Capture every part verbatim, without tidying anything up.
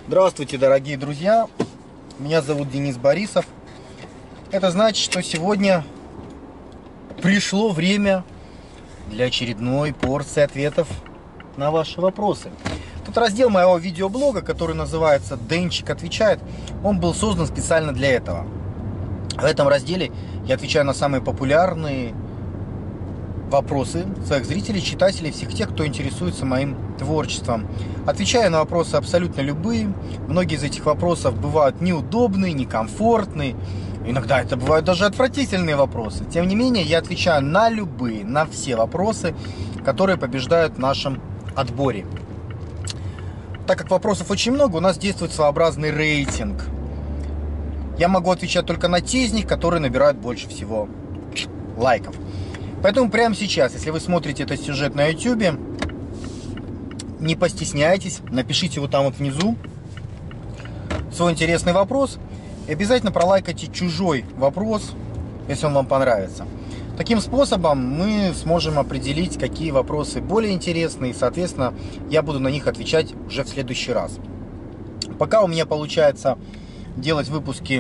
Здравствуйте, дорогие друзья! Меня зовут Денис Борисов. Это значит, что сегодня пришло время для очередной порции ответов на ваши вопросы. Тут раздел моего видеоблога, который называется «Денчик отвечает». Он был создан специально для этого. В этом разделе я отвечаю на самые популярные вопросы своих зрителей, читателей, всех тех, кто интересуется моим творчеством. Отвечаю на вопросы абсолютно любые. Многие из этих вопросов бывают неудобные, некомфортные. Иногда это бывают даже отвратительные вопросы. Тем не менее, я отвечаю на любые, на все вопросы, которые побеждают в нашем отборе. Так как вопросов очень много, у нас действует своеобразный рейтинг. Я могу отвечать только на те из них, которые набирают больше всего лайков. Поэтому прямо сейчас, если вы смотрите этот сюжет на YouTube, не постесняйтесь, напишите вот там вот внизу свой интересный вопрос и обязательно пролайкайте чужой вопрос, если он вам понравится. Таким способом мы сможем определить, какие вопросы более интересные, и, соответственно, я буду на них отвечать уже в следующий раз. Пока у меня получается делать выпуски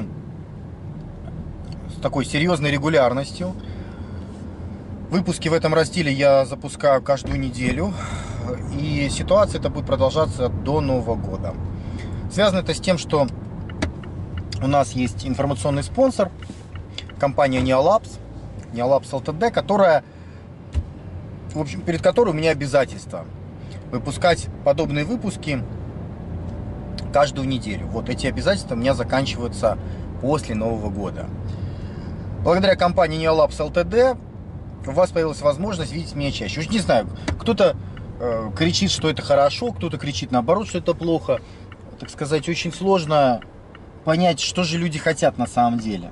с такой серьезной регулярностью. Выпуски в этом разделе я запускаю каждую неделю, и ситуация эта будет продолжаться до Нового года. Связано это с тем, что у нас есть информационный спонсор, компания Neolabs, Neolabs эл ти ди, которая, в общем, перед которой у меня обязательство выпускать подобные выпуски каждую неделю. Вот эти обязательства у меня заканчиваются после Нового года. Благодаря компании Neolabs эл ти ди у вас появилась возможность видеть меня чаще. Уж не знаю, кто-то э, кричит, что это хорошо, кто-то кричит наоборот, что это плохо. Так сказать, очень сложно понять, что же люди хотят на самом деле.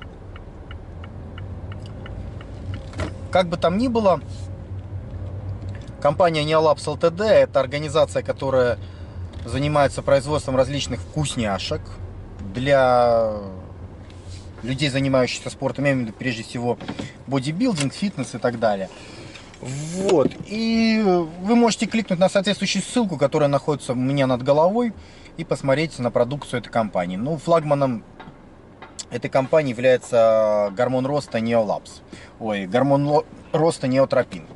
Как бы там ни было, компания Neolabs эл ти ди – это организация, которая занимается производством различных вкусняшек для людей, занимающихся спортом, я имею в виду прежде всего бодибилдинг, фитнес и так далее. Вот. И вы можете кликнуть на соответствующую ссылку, которая находится у меня над головой, и посмотреть на продукцию этой компании. Ну, флагманом этой компании является гормон роста Neolabs. Ой, гормон роста неотропин.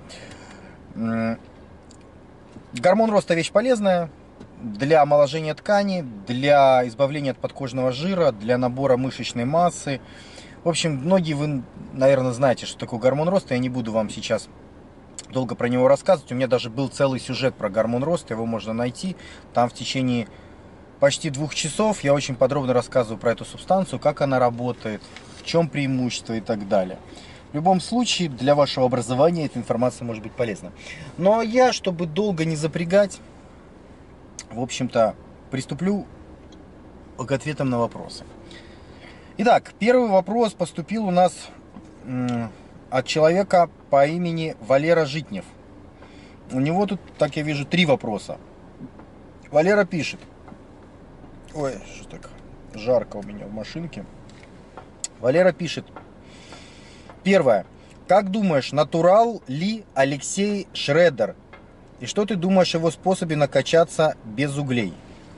Гормон роста вещь полезная для омоложения ткани, для избавления от подкожного жира, для набора мышечной массы. В общем, многие вы, наверное, знаете, что такое гормон роста. Я не буду вам сейчас долго про него рассказывать. У меня даже был целый сюжет про гормон роста, его можно найти. Там в течение почти двух часов я очень подробно рассказываю про эту субстанцию, как она работает, в чем преимущество и так далее. В любом случае, для вашего образования эта информация может быть полезна. Но я, чтобы долго не запрягать, в общем-то, приступлю к ответам на вопросы. Итак, первый вопрос поступил у нас от человека по имени Валера Житнев. У него тут, так я вижу, три вопроса. Валера пишет. Ой, что так жарко у меня в машинке. Валера пишет. Первое. Как думаешь, натурал ли Алексей Шредер? И что ты думаешь о его способе накачаться без углей?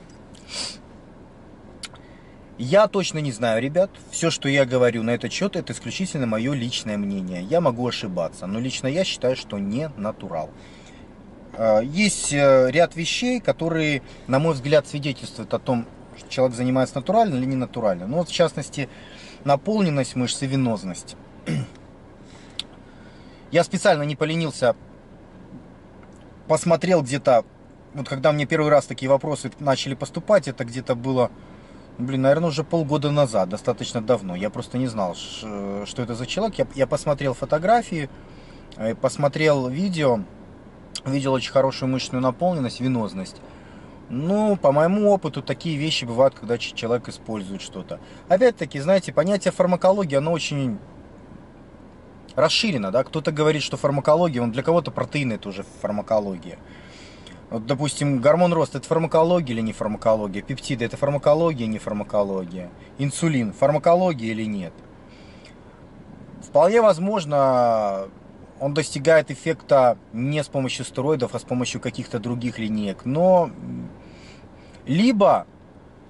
Я точно не знаю, ребят. Все, что я говорю на этот счет, это исключительно мое личное мнение. Я могу ошибаться, но лично я считаю, что не натурал. Есть ряд вещей, которые, на мой взгляд, свидетельствуют о том, что человек занимается натурально или не натурально. Ну вот, в частности, наполненность мышц и венозность. Я специально не поленился, посмотрел где-то, вот когда мне первый раз такие вопросы начали поступать, это где-то было, блин, наверное, уже полгода назад, достаточно давно. Я просто не знал, что это за человек. Я, я посмотрел фотографии, посмотрел видео, видел очень хорошую мышечную наполненность, венозность. Ну, по моему опыту, такие вещи бывают, когда человек использует что-то. Опять-таки, знаете, понятие фармакологии, оно очень расширено, да, кто-то говорит, что фармакология, он для кого-то протеины это уже фармакология. Вот, допустим, гормон роста это фармакология или не фармакология, пептиды это фармакология, не фармакология, инсулин фармакология или нет. Вполне возможно, он достигает эффекта не с помощью стероидов, а с помощью каких-то других линеек, но либо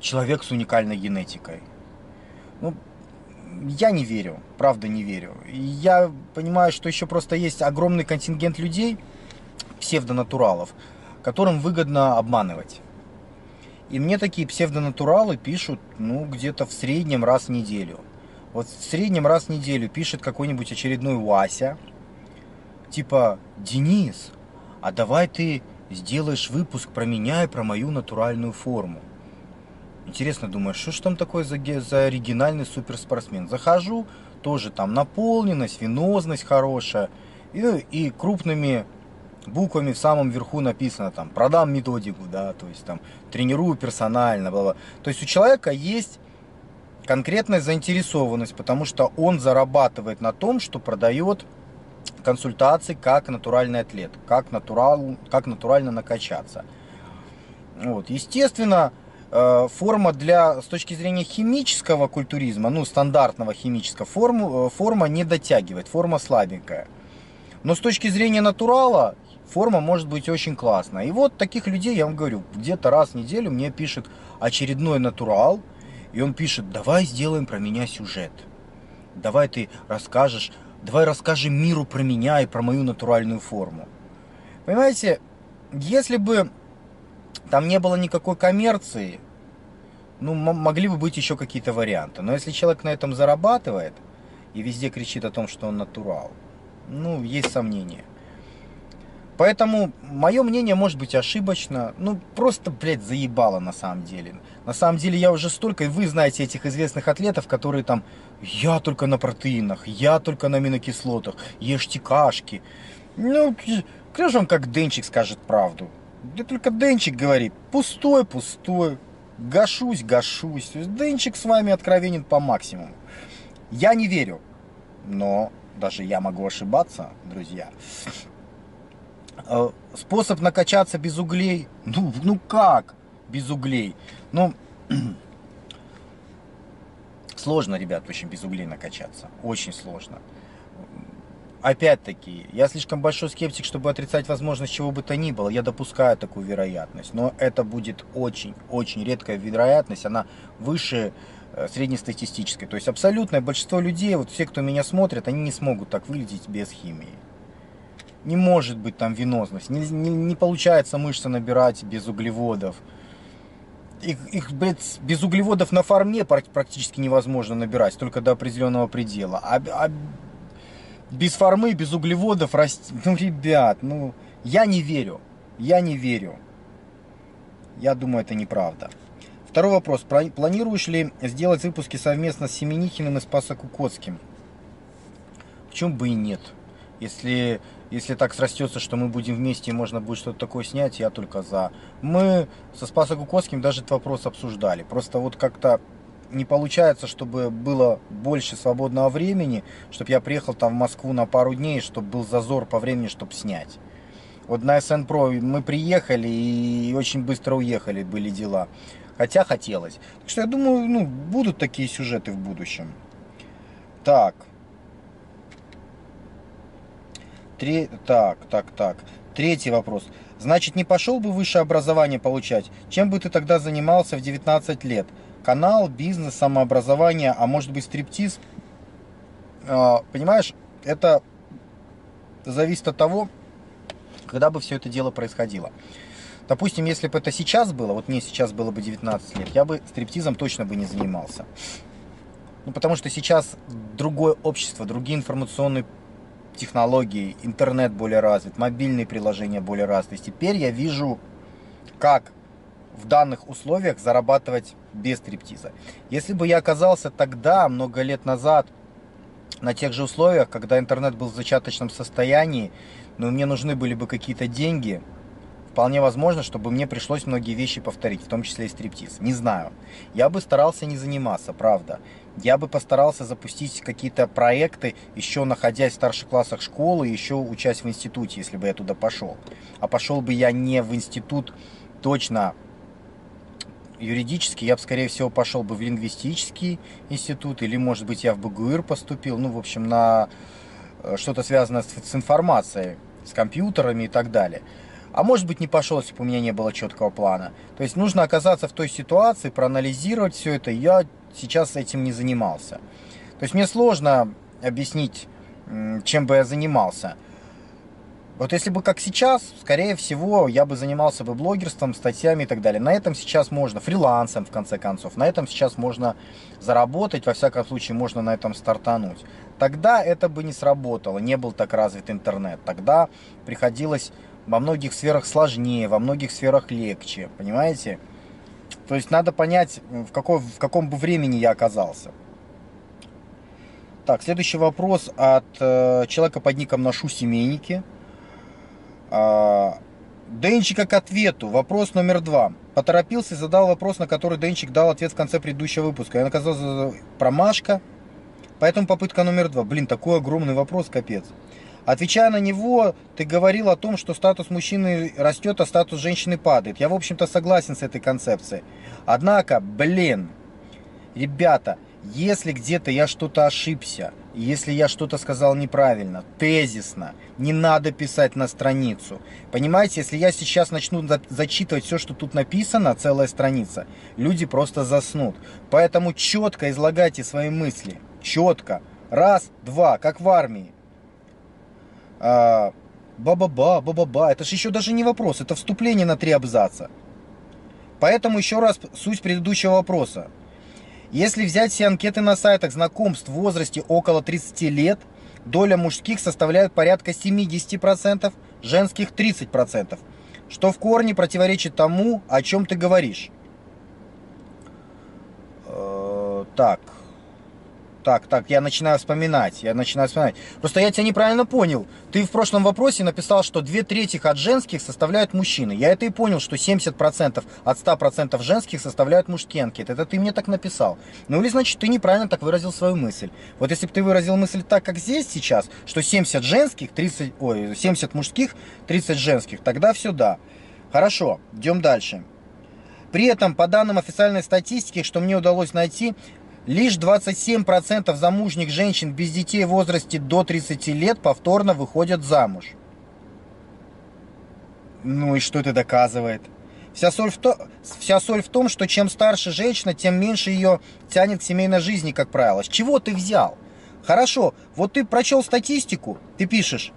человек с уникальной генетикой. Ну, я не верю, правда не верю. И я понимаю, что еще просто есть огромный контингент людей, псевдонатуралов, которым выгодно обманывать. И мне такие псевдонатуралы пишут, ну, где-то в среднем раз в неделю. Вот в среднем раз в неделю пишет какой-нибудь очередной Вася, типа: Денис, а давай ты сделаешь выпуск про меня и про мою натуральную форму. Интересно, думаю, что ж там такое за, за оригинальный суперспортсмен? Захожу, тоже там наполненность, венозность хорошая. И, и крупными буквами в самом верху написано там: продам методику, да, то есть там тренирую персонально, бла-бла. То есть у человека есть конкретная заинтересованность, потому что он зарабатывает на том, что продает консультации как натуральный атлет, как, натурал, как натурально накачаться. Вот. Естественно, форма для, с точки зрения химического культуризма, ну, стандартного химического, форму, форма не дотягивает, форма слабенькая. Но с точки зрения натурала, форма может быть очень классная. И вот таких людей, я вам говорю, где-то раз в неделю мне пишет очередной натурал, и он пишет: давай сделаем про меня сюжет. Давай ты расскажешь, давай расскажем миру про меня и про мою натуральную форму. Понимаете, если бы там не было никакой коммерции, ну, могли бы быть еще какие-то варианты. Но если человек на этом зарабатывает и везде кричит о том, что он натурал, ну, есть сомнения. Поэтому мое мнение может быть ошибочно. Ну, просто, блядь, заебало на самом деле. На самом деле я уже столько, вы знаете этих известных атлетов, которые там: я только на протеинах, я только на аминокислотах, ешьте кашки. Ну, кто же вам как Денчик скажет правду? Да только Денчик говорит: пустой, пустой, гашусь, гашусь. Денчик с вами откровенен по максимуму. Я не верю, но даже я могу ошибаться, друзья. Способ накачаться без углей? Ну, ну как без углей? Ну, сложно, ребят, очень без углей накачаться. Очень сложно. Опять-таки, я слишком большой скептик, чтобы отрицать возможность чего бы то ни было. Я допускаю такую вероятность. Но это будет очень-очень редкая вероятность. Она выше среднестатистической. То есть абсолютное большинство людей, вот все, кто меня смотрит, они не смогут так выглядеть без химии. Не может быть там венозность. Не, не, не получается мышцы набирать без углеводов. Их, их, блядь, без углеводов на форме практически невозможно набирать, только до определенного предела. А, а без формы, без углеводов расти... Ну, ребят, ну, я не верю. Я не верю. Я думаю, это неправда. Второй вопрос. Планируешь ли сделать выпуски совместно с Семенихиным и Спасо-Кукоцким? Почему бы и нет? Если, если так срастется, что мы будем вместе и можно будет что-то такое снять, я только за. Мы со Спасо-Кукоцким даже этот вопрос обсуждали. Просто вот как-то не получается, чтобы было больше свободного времени, чтобы я приехал там в Москву на пару дней, чтобы был зазор по времени, чтобы снять. Вот на эс эн про мы приехали и очень быстро уехали, были дела. Хотя хотелось. Так что я думаю, ну, будут такие сюжеты в будущем. Так. Тре... Так, так, так. Третий вопрос. Значит, не пошел бы высшее образование получать? Чем бы ты тогда занимался в девятнадцать лет? Канал, бизнес, самообразование, а может быть стриптиз? А, понимаешь, это зависит от того, когда бы все это дело происходило. Допустим, если бы это сейчас было, вот мне сейчас было бы девятнадцать лет, я бы стриптизом точно бы не занимался. Ну, потому что сейчас другое общество, другие информационные технологии, интернет более развит, мобильные приложения более развиты. Теперь я вижу, как в данных условиях зарабатывать без стриптиза. Если бы я оказался тогда, много лет назад, на тех же условиях, когда интернет был в зачаточном состоянии, но мне нужны были бы какие-то деньги, вполне возможно, чтобы мне пришлось многие вещи повторить, в том числе и стриптиз. Не знаю. Я бы старался не заниматься, правда. Я бы постарался запустить какие-то проекты, еще находясь в старших классах школы, еще учась в институте, если бы я туда пошел. А пошел бы я не в институт точно юридический, я бы, скорее всего, пошел бы в лингвистический институт, или, может быть, я в бэ гэ у эр поступил, ну, в общем, на что-то связанное с информацией, с компьютерами и так далее. А может быть, не пошел, если бы у меня не было четкого плана. То есть нужно оказаться в той ситуации, проанализировать все это. Я сейчас этим не занимался. То есть мне сложно объяснить, чем бы я занимался. Вот если бы как сейчас, скорее всего, я бы занимался бы блогерством, статьями и так далее. На этом сейчас можно, фрилансом в конце концов, на этом сейчас можно заработать, во всяком случае можно на этом стартануть. Тогда это бы не сработало, не был так развит интернет. Тогда приходилось во многих сферах сложнее, во многих сферах легче, понимаете? То есть надо понять, в, какой, в каком бы времени я оказался. Так, следующий вопрос от э, человека под ником Ношу Семейники. Э, Денчика к ответу. Вопрос номер два. Поторопился и задал вопрос, на который Денчик дал ответ в конце предыдущего выпуска. Я оказался промашка, поэтому попытка номер два. Блин, такой огромный вопрос, капец. Отвечая на него, ты говорил о том, что статус мужчины растет, а статус женщины падает. Я, в общем-то, согласен с этой концепцией. Однако, блин, ребята, если где-то я что-то ошибся, если я что-то сказал неправильно, тезисно, не надо писать на страницу. Понимаете, если я сейчас начну зачитывать все, что тут написано, целая страница, люди просто заснут. Поэтому четко излагайте свои мысли. Четко. Раз, два, как в армии. А, ба-ба-ба, ба-ба-ба. Это же еще даже не вопрос, это вступление на три абзаца. Поэтому еще раз суть предыдущего вопроса. Если взять все анкеты на сайтах знакомств в возрасте около тридцати лет, доля мужских составляет порядка семьдесят процентов, женских тридцать процентов, что в корне противоречит тому, о чем ты говоришь. Э, так. Так, так, я начинаю вспоминать, я начинаю вспоминать. Просто я тебя неправильно понял. Ты в прошлом вопросе написал, что две трети от женских составляют мужчины. Я это и понял, что семьдесят процентов от ста процентов женских составляют мужские анкеты. Это ты мне так написал. Ну или значит ты неправильно так выразил свою мысль. Вот если бы ты выразил мысль так, как здесь сейчас, что семьдесят женских, тридцать, ой, семьдесят мужских, тридцать женских, тогда все да. Хорошо, идем дальше. При этом, по данным официальной статистики, что мне удалось найти, лишь двадцать семь процентов замужних женщин без детей в возрасте до тридцати лет повторно выходят замуж. Ну и что это доказывает? Вся соль в, то... Вся соль в том, что чем старше женщина, тем меньше ее тянет к семейной жизни, как правило. С чего ты взял? Хорошо, вот ты прочел статистику, ты пишешь.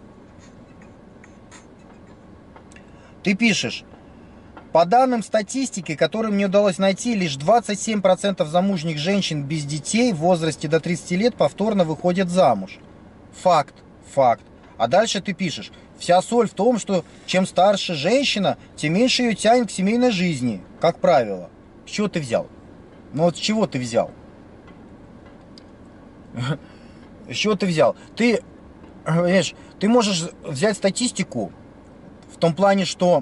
Ты пишешь. По данным статистики, которые мне удалось найти, лишь двадцать семь процентов замужних женщин без детей в возрасте до тридцати лет повторно выходят замуж. Факт, факт. А дальше ты пишешь, вся соль в том, что чем старше женщина, тем меньше ее тянет к семейной жизни, как правило. С чего ты взял? Ну вот с чего ты взял? С чего ты взял? Ты, понимаешь, ты можешь взять статистику в том плане, что...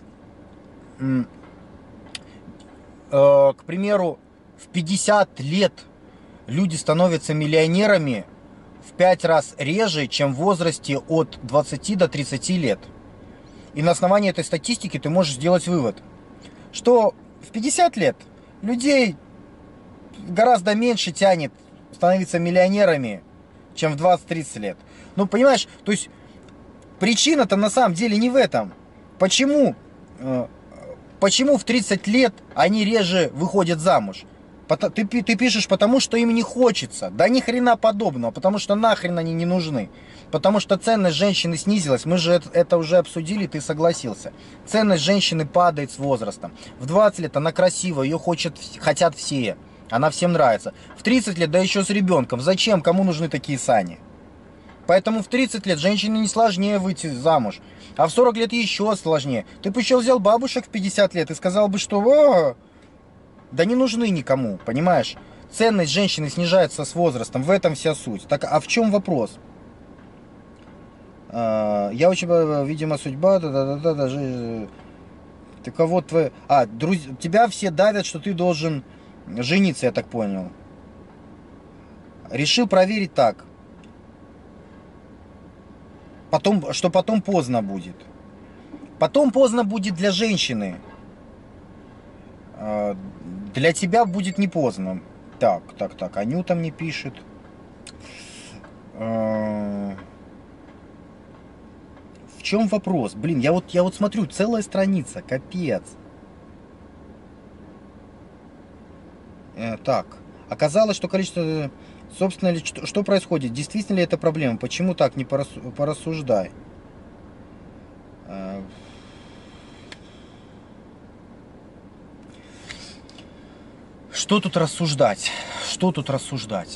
К примеру, в пятьдесят лет люди становятся миллионерами в пять раз реже, чем в возрасте от двадцати до тридцати лет. И на основании этой статистики ты можешь сделать вывод, что в пятьдесят лет людей гораздо меньше тянет становиться миллионерами, чем в двадцать-тридцать лет. Ну, понимаешь, то есть причина-то на самом деле не в этом. Почему? Почему в тридцать лет они реже выходят замуж? Ты, ты пишешь, потому что им не хочется. Да ни хрена подобного, потому что нахрен они не нужны. Потому что ценность женщины снизилась. Мы же это, это уже обсудили, ты согласился. Ценность женщины падает с возрастом. В двадцать лет она красивая, ее хочет, хотят все. Она всем нравится. В тридцать лет, да еще с ребенком. Зачем? Кому нужны такие сани? Поэтому в тридцать лет женщине не сложнее выйти замуж. А в сорок лет еще сложнее. Ты бы еще взял бабушек в пятьдесят лет и сказал бы, что о, да не нужны никому, понимаешь? Ценность женщины снижается с возрастом, в этом вся суть. Так, а в чем вопрос? А, я очень, видимо, судьба, да-да-да, даже... Так а вот твои... А, друз... тебя все давят, что ты должен жениться, я так понял. Решил проверить так. Потом, что потом поздно будет. Потом поздно будет для женщины. Для тебя будет не поздно. Так, так, так. Анюта мне пишет. В В чем вопрос? Блин, я вот, я вот смотрю, целая страница, капец. Э, так, оказалось, что количество... Собственно, ли, что, что происходит? Действительно ли это проблема? Почему так? Не порас, порассуждай. Э, что тут рассуждать? Что тут рассуждать?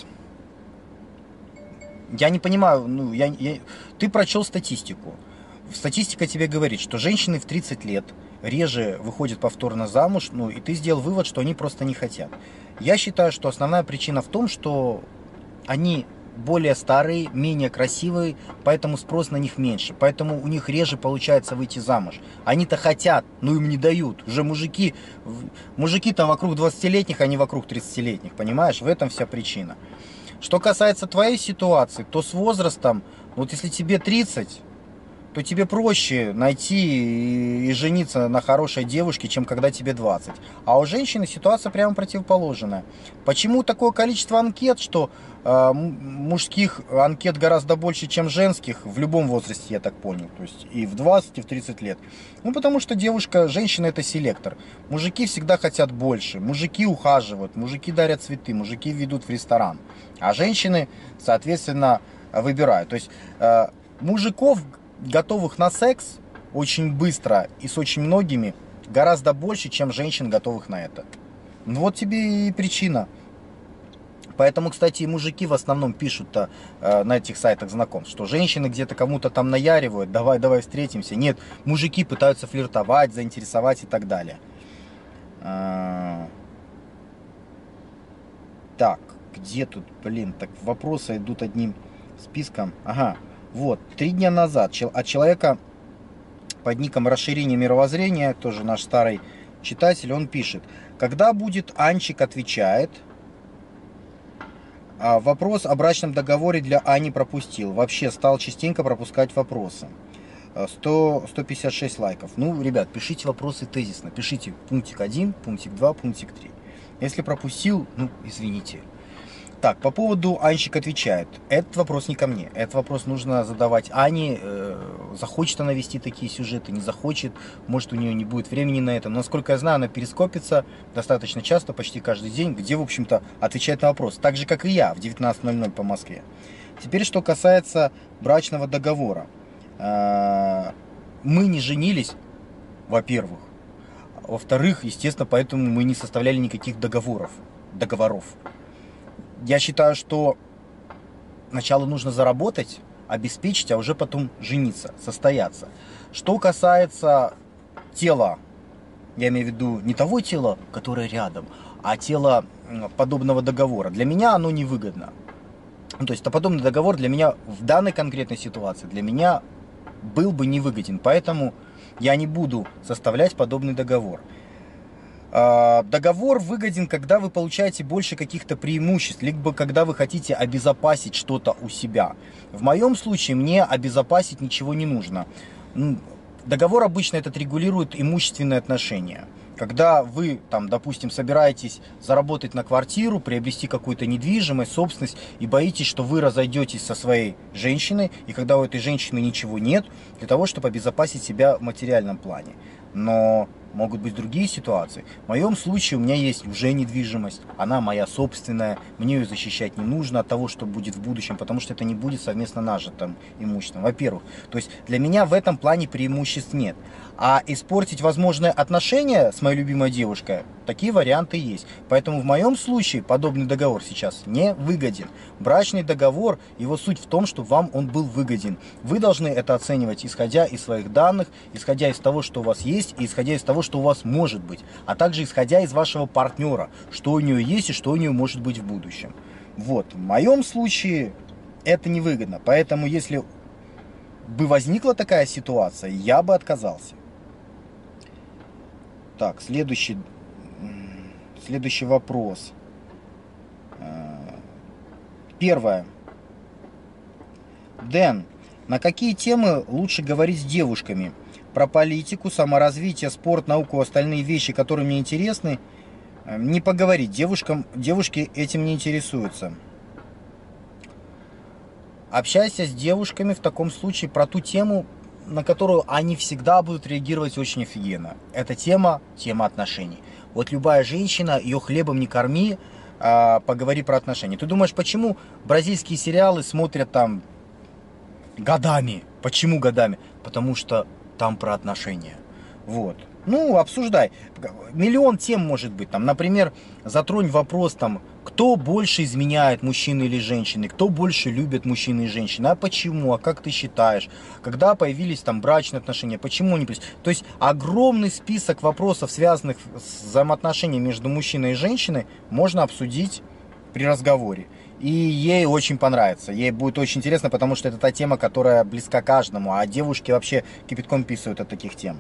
Я не понимаю, ну, я, я... ты прочел статистику. Статистика тебе говорит, что женщины в тридцать лет реже выходят повторно замуж, ну, и ты сделал вывод, что они просто не хотят. Я считаю, что основная причина в том, что они более старые, менее красивые, поэтому спрос на них меньше, поэтому у них реже получается выйти замуж. Они-то хотят, но им не дают. Уже мужики, мужики там вокруг двадцатилетних, а не вокруг тридцатилетних, понимаешь? В этом вся причина. Что касается твоей ситуации, то с возрастом, вот если тебе тридцать, то тебе проще найти и жениться на хорошей девушке, чем когда тебе двадцать. А у женщины ситуация прямо противоположная. Почему такое количество анкет, что э, мужских анкет гораздо больше, чем женских, в любом возрасте, я так понял, то есть и в двадцать, и в тридцать лет? Ну, потому что девушка, женщина это селектор. Мужики всегда хотят больше, мужики ухаживают, мужики дарят цветы, мужики ведут в ресторан. А женщины, соответственно, выбирают. То есть э, мужиков, готовых на секс очень быстро и с очень многими, гораздо больше, чем женщин, готовых на это. Ну вот тебе и причина. Поэтому, кстати, и мужики в основном пишут-то э, на этих сайтах знакомств, что женщины где-то кому-то там наяривают, давай, давай встретимся. Нет, мужики пытаются флиртовать, заинтересовать и так далее. А... Так, где тут, блин, так вопросы идут одним списком. Ага. Вот, три дня назад от человека под ником «Расширение мировоззрения», тоже наш старый читатель, он пишет: когда будет Анчик отвечает, а вопрос о брачном договоре для Ани пропустил. Вообще стал частенько пропускать вопросы. сто, сто пятьдесят шесть лайков. Ну, ребят, пишите вопросы тезисно. Пишите пунктик один, пунктик два, пунктик три. Если пропустил, ну, извините. Так, по поводу Анчик отвечает. Этот вопрос не ко мне. Этот вопрос нужно задавать Ане. Э, захочет она вести такие сюжеты, не захочет. Может, у нее не будет времени на это. Но, насколько я знаю, она перископится достаточно часто, почти каждый день, где, в общем-то, отвечает на вопрос. Так же, как и я, в девятнадцать ноль ноль по Москве. Теперь, что касается брачного договора. Э, мы не женились, во-первых. Во-вторых, естественно, поэтому мы не составляли никаких договоров. Договоров. Я считаю, что сначала нужно заработать, обеспечить, а уже потом жениться, состояться. Что касается тела, я имею в виду не того тела, которое рядом, а тела подобного договора. Для меня оно невыгодно. Ну, то есть, подобный договор для меня в данной конкретной ситуации, для меня был бы невыгоден. Поэтому я не буду составлять подобный договор. Договор выгоден, когда вы получаете больше каких-то преимуществ, либо когда вы хотите обезопасить что-то у себя. В моем случае мне обезопасить ничего не нужно. Договор обычно этот регулирует имущественные отношения. Когда вы, там, допустим, собираетесь заработать на квартиру, приобрести какую-то недвижимость, собственность, и боитесь, что вы разойдетесь со своей женщиной, и когда у этой женщины ничего нет, для того, чтобы обезопасить себя в материальном плане. Но могут быть другие ситуации. В моем случае у меня есть уже недвижимость, она моя собственная, мне ее защищать не нужно от того, что будет в будущем, потому что это не будет совместно нажитым имуществом, во-первых. То есть для меня в этом плане преимуществ нет. А испортить возможные отношения с моей любимой девушкой, такие варианты есть. Поэтому в моем случае подобный договор сейчас не выгоден. Брачный договор, его суть в том, что вам он был выгоден. Вы должны это оценивать, исходя из своих данных, исходя из того, что у вас есть, и исходя из того, что у вас может быть. А также исходя из вашего партнера, что у нее есть и что у нее может быть в будущем. Вот, в моем случае это невыгодно. Поэтому если бы возникла такая ситуация, я бы отказался. Так, следующий, следующий вопрос. Первое. Дэн, на какие темы лучше говорить с девушками? Про политику, саморазвитие, спорт, науку, остальные вещи, которые мне интересны, не поговорить. Девушкам, девушки этим не интересуются. Общайся с девушками в таком случае про ту тему, на которую они всегда будут реагировать очень офигенно. Это тема, тема отношений. Вот любая женщина, ее хлебом не корми, а поговори про отношения. Ты думаешь, почему бразильские сериалы смотрят там годами? Почему годами? Потому что там про отношения. Вот. Ну, обсуждай. Миллион тем может быть. Там, например, затронь вопрос, там, кто больше изменяет, мужчины или женщины, кто больше любит мужчины и женщины, а почему, а как ты считаешь, когда появились там брачные отношения, почему они появились. То есть огромный список вопросов, связанных с взаимоотношениями между мужчиной и женщиной, можно обсудить при разговоре. И ей очень понравится, ей будет очень интересно, потому что это та тема, которая близка каждому, а девушки вообще кипятком писают от таких тем.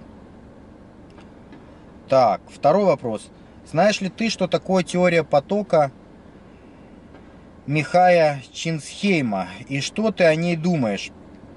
Так, второй вопрос. Знаешь ли ты, что такое теория потока Михая Чинсхейма? И что ты о ней думаешь?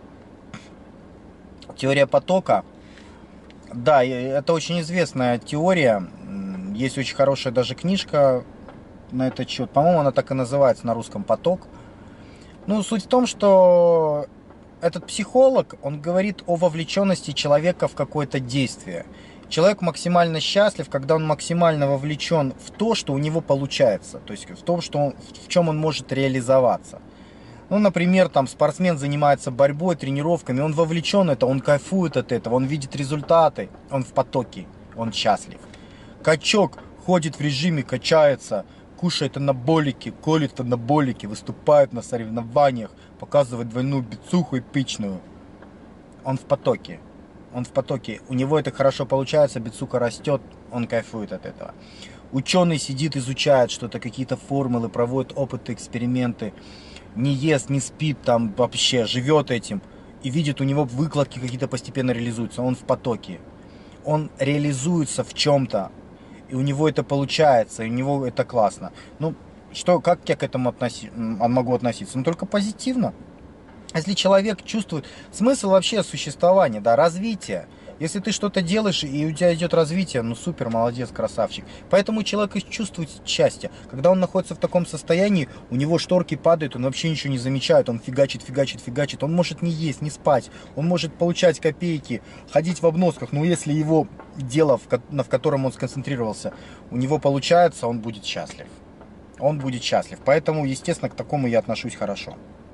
Теория потока. Да, это очень известная теория. Есть очень хорошая даже книжка на этот счет. По-моему, она так и называется на русском «Поток». Ну, суть в том, что этот психолог, он говорит о вовлеченности человека в какое-то действие. Человек максимально счастлив, когда он максимально вовлечен в то, что у него получается, то есть в том, что он, в чем он может реализоваться. Ну, например, там спортсмен занимается борьбой, тренировками, он вовлечен в это, он кайфует от этого, он видит результаты, он в потоке, он счастлив. Качок ходит в режиме, качается, кушает анаболики, колет анаболики, выступает на соревнованиях, показывает двойную бицуху эпичную. Он в потоке. Он в потоке, у него это хорошо получается, бицуха растет, он кайфует от этого. Ученый сидит, изучает что-то, какие-то формулы, проводит опыты, эксперименты, не ест, не спит, там вообще живет этим и видит, у него выкладки какие-то постепенно реализуются, он в потоке. Он реализуется в чем-то, и у него это получается, и у него это классно. Ну, что, как я к этому относи, могу относиться? Ну, только позитивно. Если человек чувствует смысл вообще существования, да, развития, если ты что-то делаешь и у тебя идет развитие, ну супер, молодец, красавчик. Поэтому человек и чувствует счастье. Когда он находится в таком состоянии, у него шторки падают, он вообще ничего не замечает, он фигачит, фигачит, фигачит. Он может не есть, не спать, он может получать копейки, ходить в обносках, но если его дело, в котором он сконцентрировался, у него получается, он будет счастлив. Он будет счастлив. Поэтому, естественно, к такому я отношусь хорошо.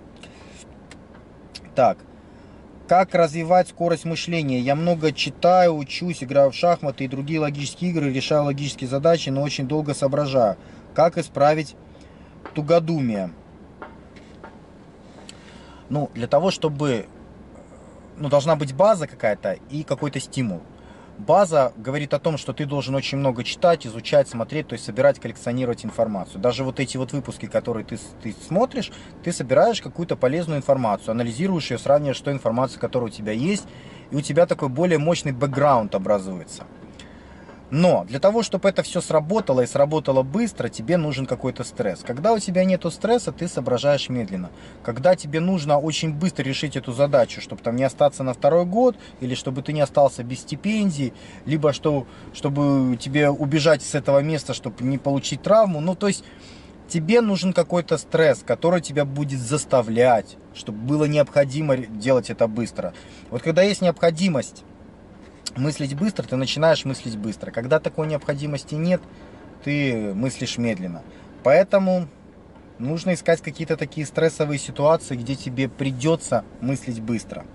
Так, как развивать скорость мышления? Я много читаю, учусь, играю в шахматы и другие логические игры, решаю логические задачи, но очень долго соображаю. Как исправить тугодумие? Ну, для того, чтобы... Ну, должна быть база какая-то и какой-то стимул. База говорит о том, что ты должен очень много читать, изучать, смотреть, то есть собирать, коллекционировать информацию. Даже вот эти вот выпуски, которые ты, ты смотришь, ты собираешь какую-то полезную информацию, анализируешь ее, сравниваешь с той информацией, которая у тебя есть, и у тебя такой более мощный бэкграунд образуется. Но для того, чтобы это все сработало и сработало быстро, тебе нужен какой-то стресс. Когда у тебя нет стресса, ты соображаешь медленно. Когда тебе нужно очень быстро решить эту задачу, чтобы там не остаться на второй год, или чтобы ты не остался без стипендии, либо что, чтобы тебе убежать с этого места, чтобы не получить травму, ну то есть тебе нужен какой-то стресс, который тебя будет заставлять, чтобы было необходимо делать это быстро. Вот когда есть необходимость мыслить быстро, ты начинаешь мыслить быстро. Когда такой необходимости нет, ты мыслишь медленно. Поэтому нужно искать какие-то такие стрессовые ситуации, где тебе придется мыслить быстро.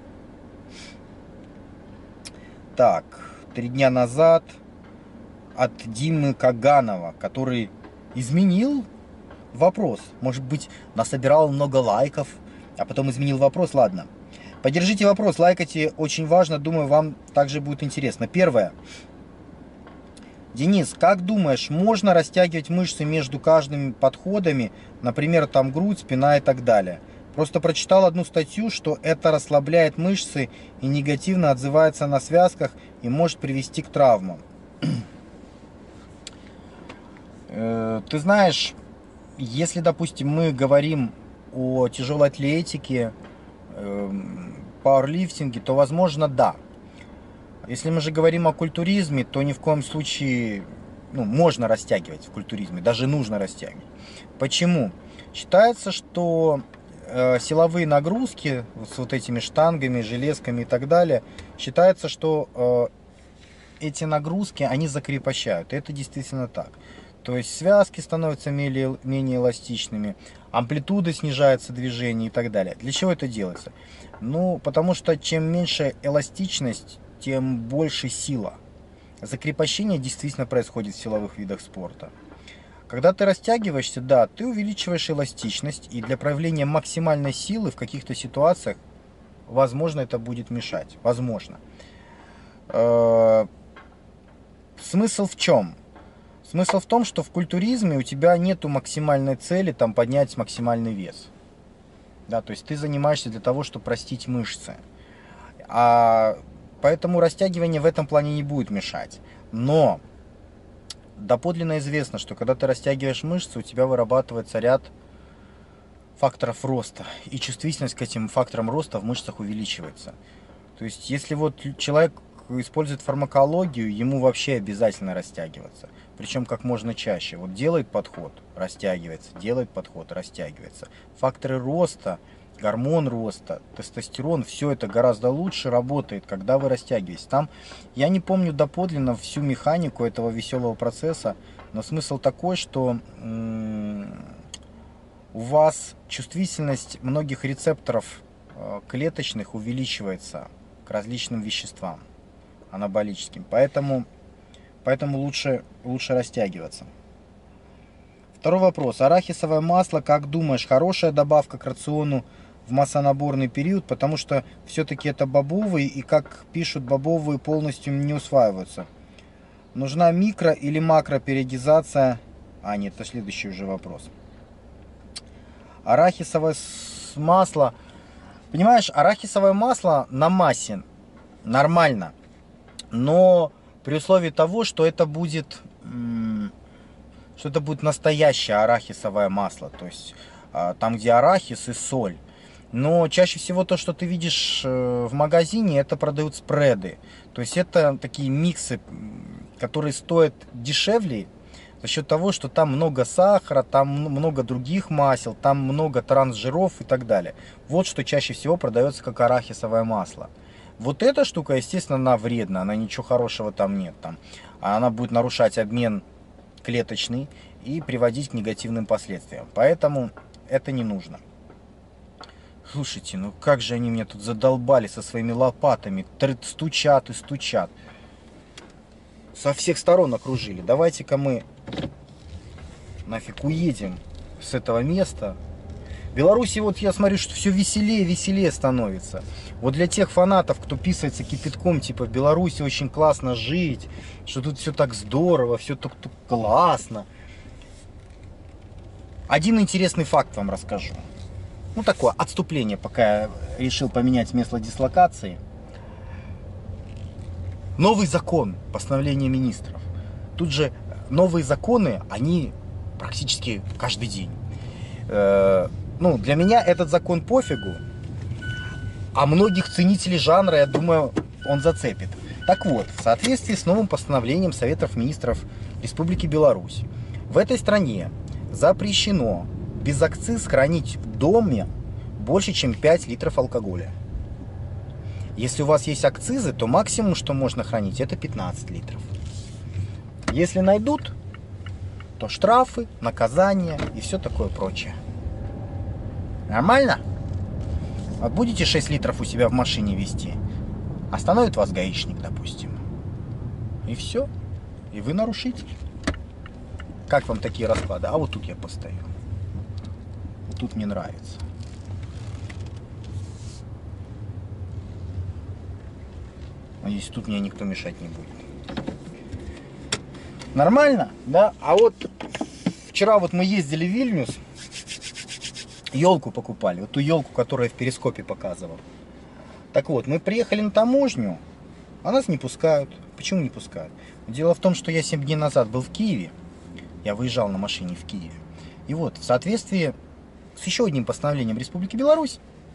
Так, три дня назад от Димы Каганова, который изменил вопрос. Может быть, насобирал много лайков, а потом изменил вопрос. Ладно. Поддержите вопрос, лайкайте, очень важно, думаю, вам также будет интересно. Первое. Денис, как думаешь, можно растягивать мышцы между каждыми подходами, например, там грудь, спина и так далее? Просто прочитал одну статью, что это расслабляет мышцы и негативно отзывается на связках и может привести к травмам. Ты знаешь, если, допустим, мы говорим о тяжелой атлетике, пауэрлифтинге, то, возможно, да. Если мы же говорим о культуризме, то ни в коем случае, ну, можно растягивать в культуризме, даже нужно растягивать. Почему? Считается, что э, силовые нагрузки с вот этими штангами, железками и так далее, считается, что э, эти нагрузки, они закрепощают. И это действительно так. То есть связки становятся менее, менее эластичными, амплитуда снижается движение и так далее. Для чего это делается? Ну, потому что чем меньше эластичность, тем больше сила. Закрепощение действительно происходит в силовых видах спорта. Когда ты растягиваешься, да, ты увеличиваешь эластичность, и для проявления максимальной силы в каких-то ситуациях, возможно, это будет мешать. Возможно. Смысл в чем? Смысл в том, что в культуризме у тебя нету максимальной цели там, поднять максимальный вес. Да, то есть ты занимаешься для того, чтобы простить мышцы. А поэтому растягивание в этом плане не будет мешать. Но доподлинно известно, что когда ты растягиваешь мышцы, у тебя вырабатывается ряд факторов роста. И чувствительность к этим факторам роста в мышцах увеличивается. То есть если вот человек использует фармакологию, ему вообще обязательно растягиваться. Причем как можно чаще. Вот делает подход, растягивается, делает подход, растягивается. Факторы роста, гормон роста, тестостерон, все это гораздо лучше работает, когда вы растягиваетесь. Там, я не помню доподлинно всю механику этого веселого процесса, но смысл такой, что у вас чувствительность многих рецепторов клеточных увеличивается к различным веществам анаболическим. Поэтому, поэтому лучше, лучше растягиваться. Второй вопрос. Арахисовое масло, как думаешь, хорошая добавка к рациону в маслонаборный период? Потому что все-таки это бобовые, и, как пишут, бобовые полностью не усваиваются. Нужна микро- или макропериодизация? А, нет, это следующий уже вопрос. Арахисовое масло. Понимаешь, арахисовое масло на массе нормально. Но при условии того, что это будет, что это будет настоящее арахисовое масло, то есть там, где арахис и соль. Но чаще всего то, что ты видишь в магазине, это продают спреды. То есть это такие миксы, которые стоят дешевле за счет того, что там много сахара, там много других масел, там много трансжиров и так далее. Вот что чаще всего продается как арахисовое масло. Вот эта штука, естественно, она вредна, она ничего хорошего там нет. Там. Она будет нарушать обмен клеточный и приводить к негативным последствиям. Поэтому это не нужно. Слушайте, ну как же они меня тут задолбали со своими лопатами. Стучат и стучат. Со всех сторон окружили. Давайте-ка мы нафиг уедем с этого места. В Беларуси вот я смотрю, что все веселее и веселее становится. Вот для тех фанатов, кто писается кипятком, типа в Беларуси очень классно жить, что тут все так здорово, все так, так классно. Один интересный факт вам расскажу. Ну такое отступление, пока я решил поменять место дислокации. Новый закон, постановление министров. Тут же новые законы, они практически каждый день. Ну, для меня этот закон пофигу, а многих ценителей жанра, я думаю, он зацепит. Так вот, в соответствии с новым постановлением Советов Министров Республики Беларусь, в этой стране запрещено без акциз хранить в доме больше, чем пять литров алкоголя. Если у вас есть акцизы, то максимум, что можно хранить, это пятнадцать литров. Если найдут, то штрафы, наказания и все такое прочее. Нормально? Вот будете шесть литров у себя в машине везти, остановит вас гаишник, допустим. И все. И вы нарушитель. Как вам такие расклады? А вот тут я постою. Вот тут мне нравится. Надеюсь, тут мне никто мешать не будет. Нормально? Да? А вот вчера вот мы ездили в Вильнюс. Елку покупали, вот ту елку, которую я в перископе показывал. Так вот, мы приехали на таможню, а нас не пускают. Почему не пускают? Дело в том, что я семь дней назад был в Киеве. Я выезжал на машине в Киеве. И вот, в соответствии с еще одним постановлением Республики Беларусь,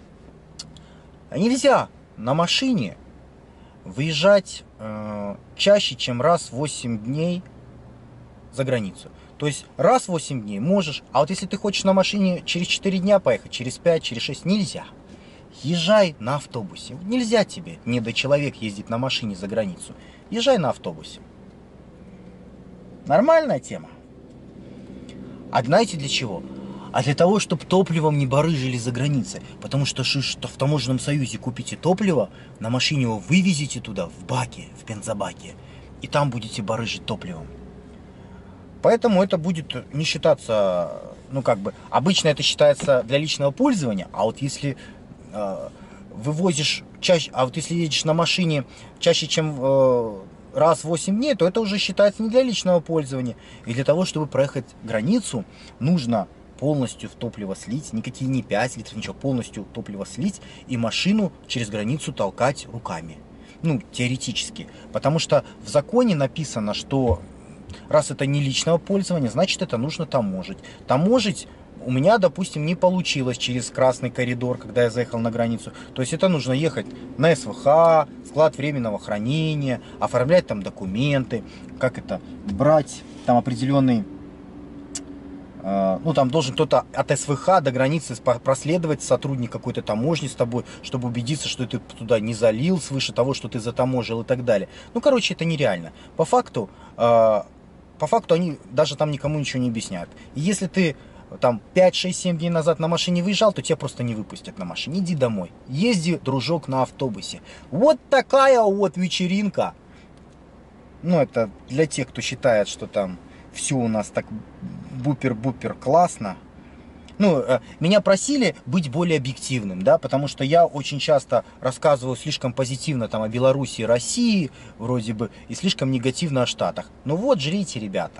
нельзя на машине выезжать э, чаще, чем раз в восемь дней за границу. То есть раз в восемь дней можешь, а вот если ты хочешь на машине через четыре дня поехать, через пять, через шесть, нельзя. Езжай на автобусе. Нельзя тебе, недочеловек, ездить на машине за границу. Езжай на автобусе. Нормальная тема. А знаете для чего? А для того, чтобы топливом не барыжили за границей. Потому что, что в таможенном союзе купите топливо, на машине его вывезете туда, в баке, в бензобаке, и там будете барыжить топливом. Поэтому это будет не считаться, ну как бы, обычно это считается для личного пользования, а вот если э, вывозишь чаще, а вот если едешь на машине чаще, чем э, раз в восемь дней, то это уже считается не для личного пользования. И для того, чтобы проехать границу, нужно полностью в топливо слить, никакие не пять литров, ничего, полностью топливо слить и машину через границу толкать руками. Ну, теоретически. Потому что в законе написано, что раз это не личного пользования, значит это нужно таможить. Таможить у меня, допустим, не получилось через красный коридор, когда я заехал на границу. То есть это нужно ехать на эс вэ ха, склад временного хранения, оформлять там документы, как это, брать там определенный... Ну, там должен кто-то от эс вэ ха до границы проследовать, сотрудник какой-то таможни с тобой, чтобы убедиться, что ты туда не залил свыше того, что ты затаможил и так далее. Ну, короче, это нереально. По факту, по факту они даже там никому ничего не объясняют. И если ты там пять, шесть, семь дней назад на машине выезжал, то тебя просто не выпустят на машине. Иди домой. Езди, дружок, на автобусе. Вот такая вот вечеринка. Ну, это для тех, кто считает, что там все у нас так бупер-бупер классно. Ну, меня просили быть более объективным, да, потому что я очень часто рассказываю слишком позитивно там о Беларуси и России, вроде бы, и слишком негативно о Штатах. Ну вот, жрите, ребята.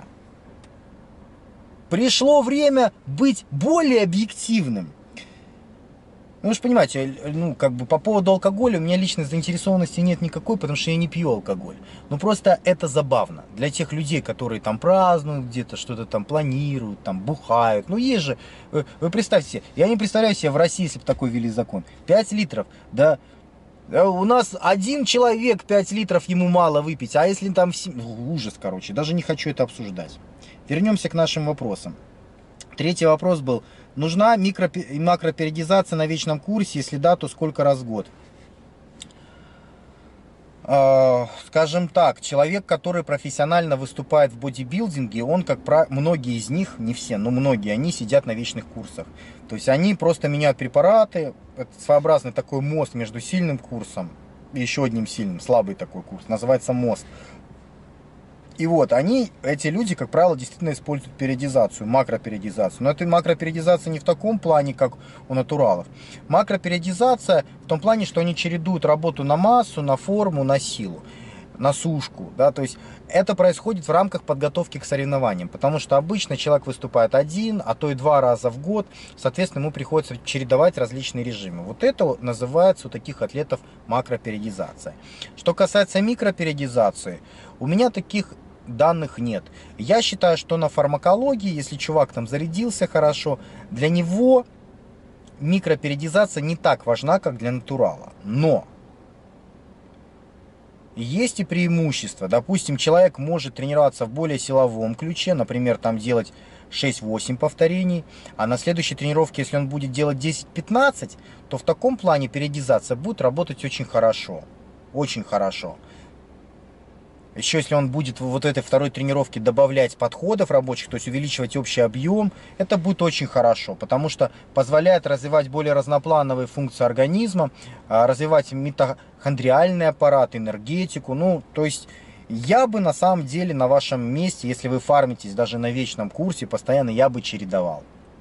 Пришло время быть более объективным. Ну, вы же понимаете, ну, как бы по поводу алкоголя у меня личной заинтересованности нет никакой, потому что я не пью алкоголь. Ну, просто это забавно. Для тех людей, которые там празднуют где-то, что-то там планируют, там бухают. Ну, есть же, вы, вы представьте себе, я не представляю себе в России, если бы такой ввели закон. пять литров, да, у нас один человек пять литров ему мало выпить, а если там... Ужас, короче, даже не хочу это обсуждать. Вернемся к нашим вопросам. Третий вопрос был. Нужна микро и макропериодизация на вечном курсе? Если да, то сколько раз в год? Э, скажем так, человек, который профессионально выступает в бодибилдинге, он, как правило, многие из них, не все, но многие, они сидят на вечных курсах. То есть они просто меняют препараты. Это своеобразный такой мост между сильным курсом и еще одним сильным, слабый такой курс. Называется мост. И вот, они, эти люди, как правило, действительно используют периодизацию, макропериодизацию. Но это макропериодизация не в таком плане, как у натуралов. Макропериодизация в том плане, что они чередуют работу на массу, на форму, на силу, на сушку. Да? То есть это происходит в рамках подготовки к соревнованиям. Потому что обычно человек выступает один, а то и два раза в год. Соответственно, ему приходится чередовать различные режимы. Вот это называется у таких атлетов макропериодизация. Что касается микропериодизации, у меня таких данных нет. Я считаю, что на фармакологии, если чувак там зарядился хорошо, для него микропериодизация не так важна, как для натурала. Но есть и преимущества. Допустим, человек может тренироваться в более силовом ключе, например, там делать шесть-восемь повторений, а на следующей тренировке, если он будет делать десять-пятнадцать, то в таком плане периодизация будет работать очень хорошо. Очень хорошо. Еще если он будет в вот этой второй тренировке добавлять подходов рабочих, то есть увеличивать общий объем, это будет очень хорошо, потому что позволяет развивать более разноплановые функции организма, развивать митохондриальный аппарат, энергетику. Ну, то есть я бы на самом деле на вашем месте, если вы фармитесь даже на вечном курсе, постоянно я бы чередовал.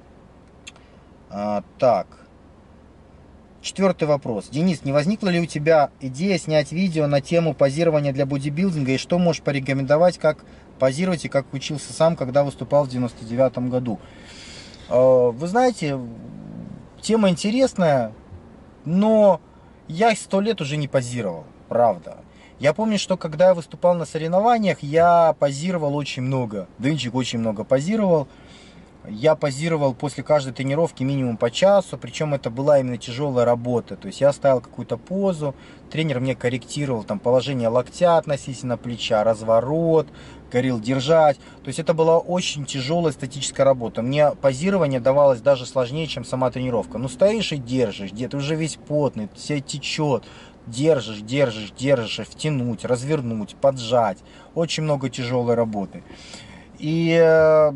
А, так. Четвертый вопрос. Денис, не возникла ли у тебя идея снять видео на тему позирования для бодибилдинга и что можешь порекомендовать, как позировать и как учился сам, когда выступал в девяносто девятом году? Вы знаете, тема интересная, но я сто лет уже не позировал, правда. Я помню, что когда я выступал на соревнованиях, я позировал очень много. Дынчик очень много позировал. Я позировал после каждой тренировки минимум по часу, причем это была именно тяжелая работа. То есть я ставил какую-то позу, тренер мне корректировал там положение локтя относительно плеча, разворот, говорил держать. То есть это была очень тяжелая статическая работа. Мне позирование давалось даже сложнее, чем сама тренировка. Ну стоишь и держишь, где ты уже весь потный, тебя течет. Держишь, держишь, держишь, втянуть, развернуть, поджать. Очень много тяжелой работы. И э,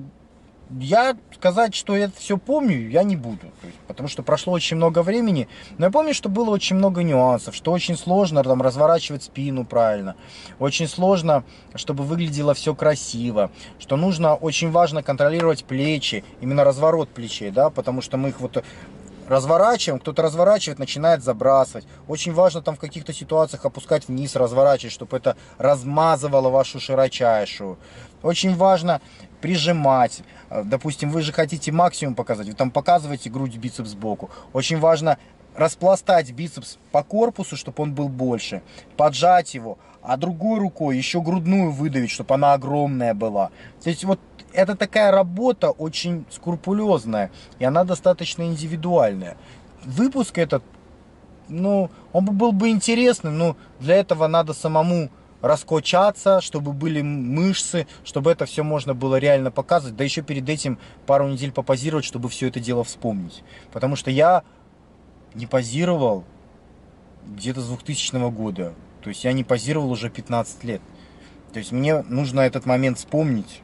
я сказать, что я это все помню, я не буду. То есть, потому что прошло очень много времени. Но я помню, что было очень много нюансов, что очень сложно там разворачивать спину правильно. Очень сложно, чтобы выглядело все красиво. Что нужно, очень важно контролировать плечи, именно разворот плечей, да, потому что мы их вот разворачиваем, кто-то разворачивает, начинает забрасывать. Очень важно там в каких-то ситуациях опускать вниз, разворачивать, чтобы это размазывало вашу широчайшую. Очень важно прижимать. Допустим, вы же хотите максимум показать, вы там показываете грудь, бицепс сбоку. Очень важно распластать бицепс по корпусу, чтобы он был больше, поджать его, а другой рукой еще грудную выдавить, чтобы она огромная была. То есть вот это такая работа очень скрупулезная, и она достаточно индивидуальная. Выпуск этот, ну, он был бы интересным, но для этого надо самому раскачаться, чтобы были мышцы, чтобы это все можно было реально показывать, да еще перед этим пару недель попозировать, чтобы все это дело вспомнить. Потому что я не позировал где-то с двухтысячного года, то есть я не позировал уже пятнадцать лет. То есть мне нужно этот момент вспомнить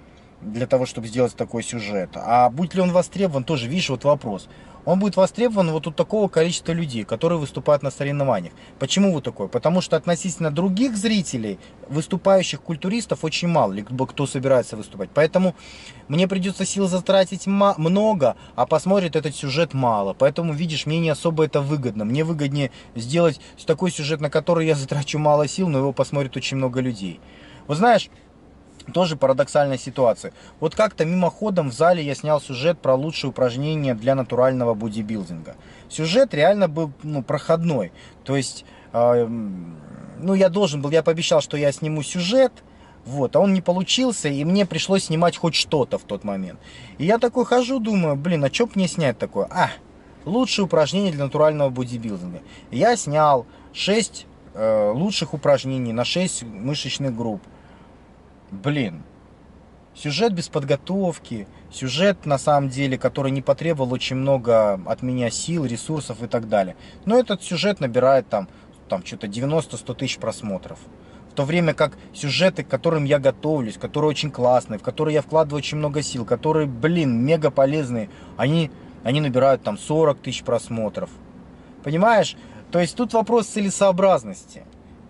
для того, чтобы сделать такой сюжет. А будет ли он востребован, тоже, видишь, вот вопрос. Он будет востребован вот у такого количества людей, которые выступают на соревнованиях. Почему вот такое? Потому что относительно других зрителей, выступающих культуристов, очень мало, либо кто собирается выступать. Поэтому мне придется сил затратить много, а посмотрит этот сюжет мало. Поэтому, видишь, мне не особо это выгодно. Мне выгоднее сделать такой сюжет, на который я затрачу мало сил, но его посмотрит очень много людей. Вот знаешь, тоже парадоксальная ситуация. Вот как-то мимоходом в зале я снял сюжет про лучшие упражнения для натурального бодибилдинга. Сюжет реально был, ну, проходной. То есть, э, ну, я должен был, я пообещал, что я сниму сюжет, вот, а он не получился, и мне пришлось снимать хоть что-то в тот момент. И я такой хожу, думаю, блин, а что мне снять такое? А, лучшие упражнения для натурального бодибилдинга. Я снял шесть э, лучших упражнений на шесть мышечных групп. Блин, сюжет без подготовки, сюжет, на самом деле, который не потребовал очень много от меня сил, ресурсов и так далее. Но этот сюжет набирает там, там что-то девяносто-сто тысяч просмотров. В то время как сюжеты, к которым я готовлюсь, которые очень классные, в которые я вкладываю очень много сил, которые, блин, мега полезные, они, они набирают там сорок тысяч просмотров. Понимаешь? То есть тут вопрос целесообразности.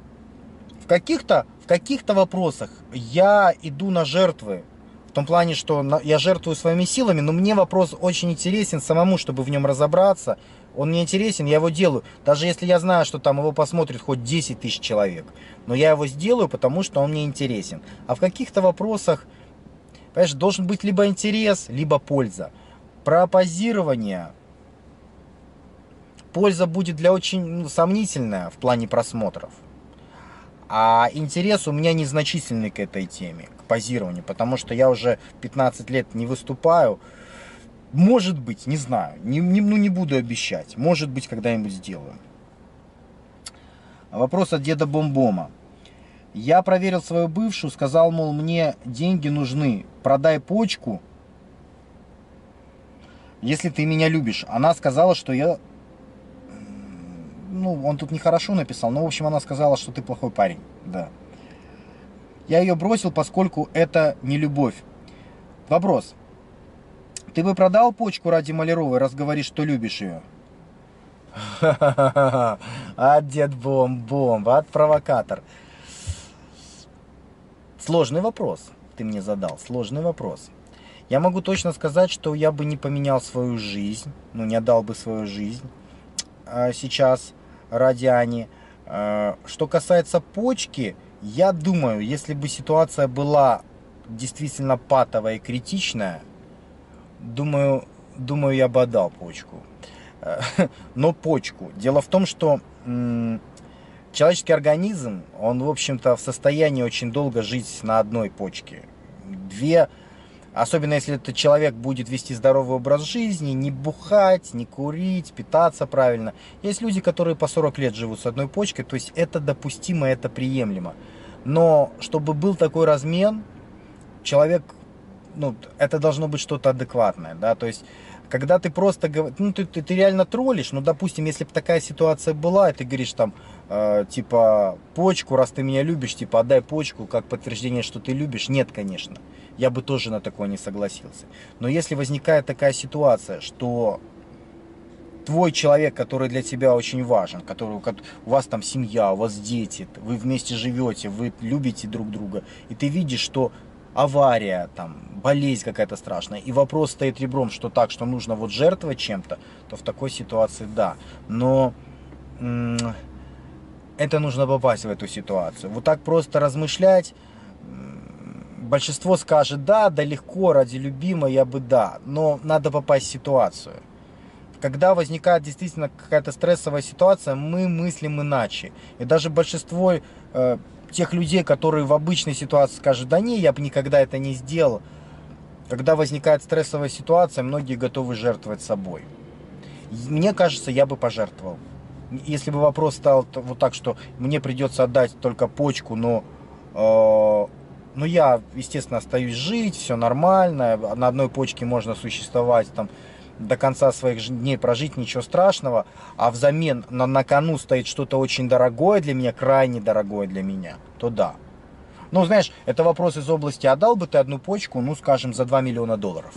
В каких-то в каких-то вопросах я иду на жертвы, в том плане, что я жертвую своими силами, но мне вопрос очень интересен самому, чтобы в нем разобраться. Он мне интересен, я его делаю, даже если я знаю, что там его посмотрит хоть десять тысяч человек. Но я его сделаю, потому что он мне интересен. А в каких-то вопросах, понимаешь, должен быть либо интерес, либо польза. Про позирование польза будет для очень, ну, сомнительная в плане просмотров. А интерес у меня незначительный к этой теме, к позированию, потому что я уже пятнадцать лет не выступаю. Может быть, не знаю, не, не, ну не буду обещать, может быть, когда-нибудь сделаю. Вопрос от деда Бомбома. Я проверил свою бывшую, сказал, мол, мне деньги нужны, продай почку, если ты меня любишь. Она сказала, что я... Ну, он тут нехорошо написал, но, в общем, она сказала, что ты плохой парень, да. Я ее бросил, поскольку это не любовь. Вопрос. Ты бы продал почку ради Маляровой, раз говоришь, что любишь ее? А дед Бомбом, а провокатор. Сложный вопрос ты мне задал, сложный вопрос. Я могу точно сказать, что я бы не поменял свою жизнь, ну, не отдал бы свою жизнь сейчас ради Ани. Что касается почки, я думаю, если бы ситуация была действительно патовая и критичная, думаю, думаю, я бы отдал почку. Но почку. Дело в том, что человеческий организм, он, в общем-то, в состоянии очень долго жить на одной почке. Две, Особенно если этот человек будет вести здоровый образ жизни, не бухать, не курить, питаться правильно. Есть люди, которые по сорок лет живут с одной почкой, то есть это допустимо, это приемлемо. Но чтобы был такой размен, человек, ну, это должно быть что-то адекватное, да, то есть когда ты просто говоришь, ну, ты, ты, ты реально троллишь, ну, допустим, если бы такая ситуация была, и ты говоришь там, э, типа, почку, раз ты меня любишь, типа, отдай почку, как подтверждение, что ты любишь, нет, конечно, я бы тоже на такое не согласился. Но если возникает такая ситуация, что твой человек, который для тебя очень важен, который, у вас там семья, у вас дети, вы вместе живете, вы любите друг друга, и ты видишь, что авария, там, болезнь какая-то страшная, и вопрос стоит ребром, что так, что нужно вот жертвовать чем-то, то в такой ситуации да. Но м- это нужно попасть в эту ситуацию. Вот так просто размышлять, м- большинство скажет да, да легко, ради любимой я бы да, но надо попасть в ситуацию. Когда возникает действительно какая-то стрессовая ситуация, мы мыслим иначе. И даже большинство э, тех людей, которые в обычной ситуации скажут, да не, я бы никогда это не сделал. Когда возникает стрессовая ситуация, многие готовы жертвовать собой. Мне кажется, я бы пожертвовал. Если бы вопрос стал вот так, что мне придется отдать только почку, но, э, но я, естественно, остаюсь жить, все нормально, на одной почке можно существовать там до конца своих дней, прожить, ничего страшного, а взамен на, на кону стоит что-то очень дорогое для меня, крайне дорогое для меня, то да. Ну, знаешь, это вопрос из области, отдал бы ты одну почку, ну, скажем, за два миллиона долларов.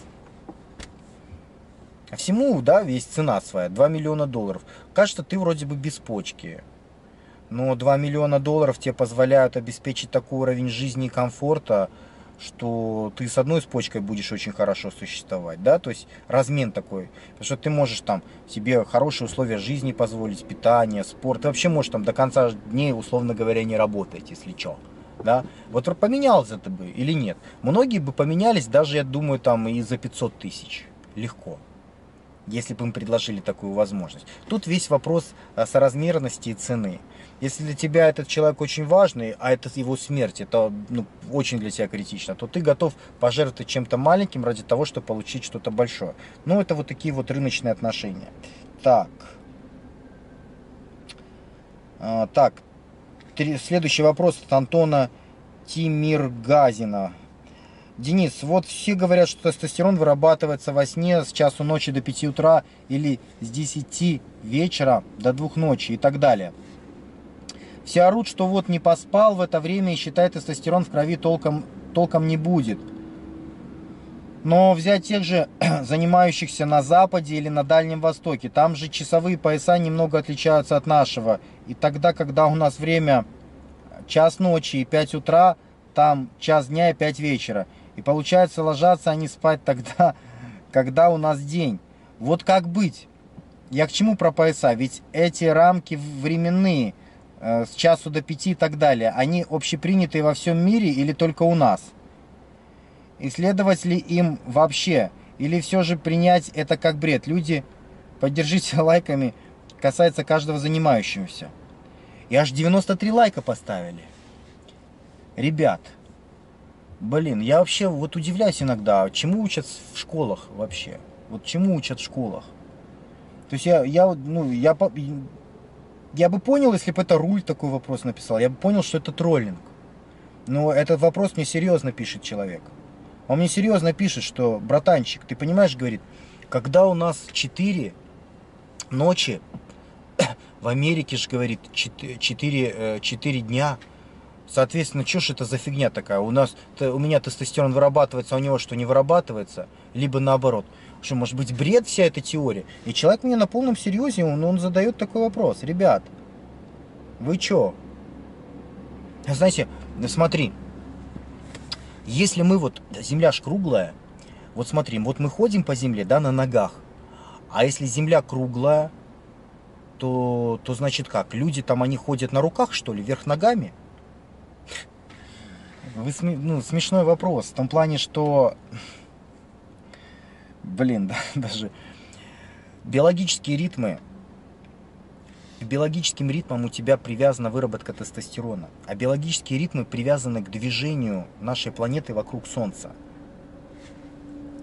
А всему, да, есть цена своя, два миллиона долларов. Кажется, ты вроде бы без почки. Но два миллиона долларов тебе позволяют обеспечить такой уровень жизни и комфорта, что ты с одной с почкой будешь очень хорошо существовать, да, то есть размен такой, потому что ты можешь там себе хорошие условия жизни позволить, питание, спорт, ты вообще можешь там до конца дней, условно говоря, не работать, если что, да, вот поменялось это бы или нет, многие бы поменялись даже, я думаю, там и за пятьсот тысяч, легко, если бы им предложили такую возможность. Тут весь вопрос соразмерности и цены. Если для тебя этот человек очень важный, а это его смерть, это ну, очень для тебя критично, то ты готов пожертвовать чем-то маленьким ради того, чтобы получить что-то большое. Ну, это вот такие вот рыночные отношения. Так. А, так. Три, следующий вопрос от Антона Тимиргазина. Денис, вот все говорят, что тестостерон вырабатывается во сне с часу ночи до пяти утра или с десяти вечера до двух ночи и так далее. Все орут, что вот не поспал в это время и считай, тестостерон в крови толком, толком не будет. Но взять тех же занимающихся на Западе или на Дальнем Востоке, там же часовые пояса немного отличаются от нашего. И тогда, когда у нас время час ночи и пять утра, там час дня и пять вечера. И получается, ложатся они спать тогда, когда у нас день. Вот как быть? Я к чему про пояса? Ведь эти рамки временные, э, с часу до пяти и так далее, они общепринятые во всем мире или только у нас? Исследовать ли им вообще? Или все же принять это как бред? Люди, поддержите лайками, касается каждого занимающегося. И аж девяносто три лайка поставили. Ребят, блин, я вообще вот удивляюсь иногда, чему учат в школах вообще? Вот чему учат в школах? То есть я, я, ну, я, я бы понял, если бы это Руль такой вопрос написал, я бы понял, что это троллинг. Но этот вопрос мне серьезно пишет человек. Он мне серьезно пишет, что, братанчик, ты понимаешь, говорит, когда у нас четыре ночи, в Америке же, говорит, четыре дня, соответственно, что ж это за фигня такая? У нас, у меня тестостерон вырабатывается, а у него что, не вырабатывается? Либо наоборот. Что, может быть, бред вся эта теория? И человек мне на полном серьезе, он, он задает такой вопрос. Ребят, вы чё? Знаете, смотри, если мы вот, земля ж круглая, вот смотри, вот мы ходим по земле, да, на ногах, а если земля круглая, то, то значит как? Люди там, они ходят на руках, что ли, вверх ногами? Вы, ну, смешной вопрос, в том плане, что, блин, да, даже биологические ритмы, к биологическим ритмам у тебя привязана выработка тестостерона, а биологические ритмы привязаны к движению нашей планеты вокруг Солнца.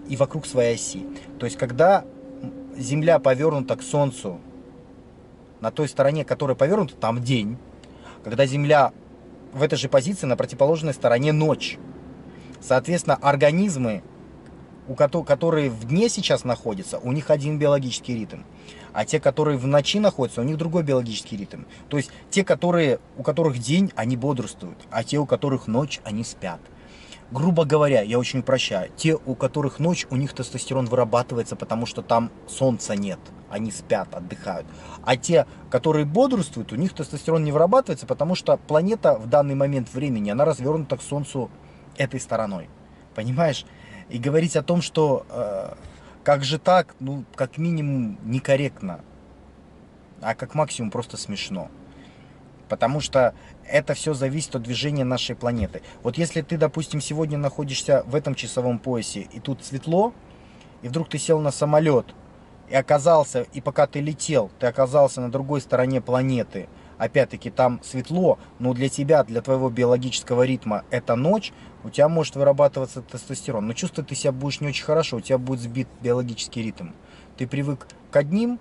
и вокруг своей оси. То есть, когда Земля повернута к Солнцу, на той стороне, которая повернута, там день. Когда Земля в этой же позиции, на противоположной стороне ночь. Соответственно, организмы, у которых, которые в дне сейчас находятся, у них один биологический ритм. А те, которые в ночи находятся, у них другой биологический ритм. То есть те, которые, у которых день, они бодрствуют, а те, у которых ночь, они спят. Грубо говоря, я очень упрощаю, те, у которых ночь, у них тестостерон вырабатывается, потому что там солнца нет, они спят, отдыхают. А те, которые бодрствуют, у них тестостерон не вырабатывается, потому что планета в данный момент времени, она развернута к Солнцу этой стороной. Понимаешь? И говорить о том, что э, как же так, ну, как минимум некорректно, а как максимум просто смешно. Потому что это все зависит от движения нашей планеты. Вот если ты, допустим, сегодня находишься в этом часовом поясе, и тут светло, и вдруг ты сел на самолет, и оказался, и пока ты летел, ты оказался на другой стороне планеты, опять-таки там светло, но для тебя, для твоего биологического ритма это ночь, у тебя может вырабатываться тестостерон. Но чувствовать ты себя будешь не очень хорошо, у тебя будет сбит биологический ритм. Ты привык к одним,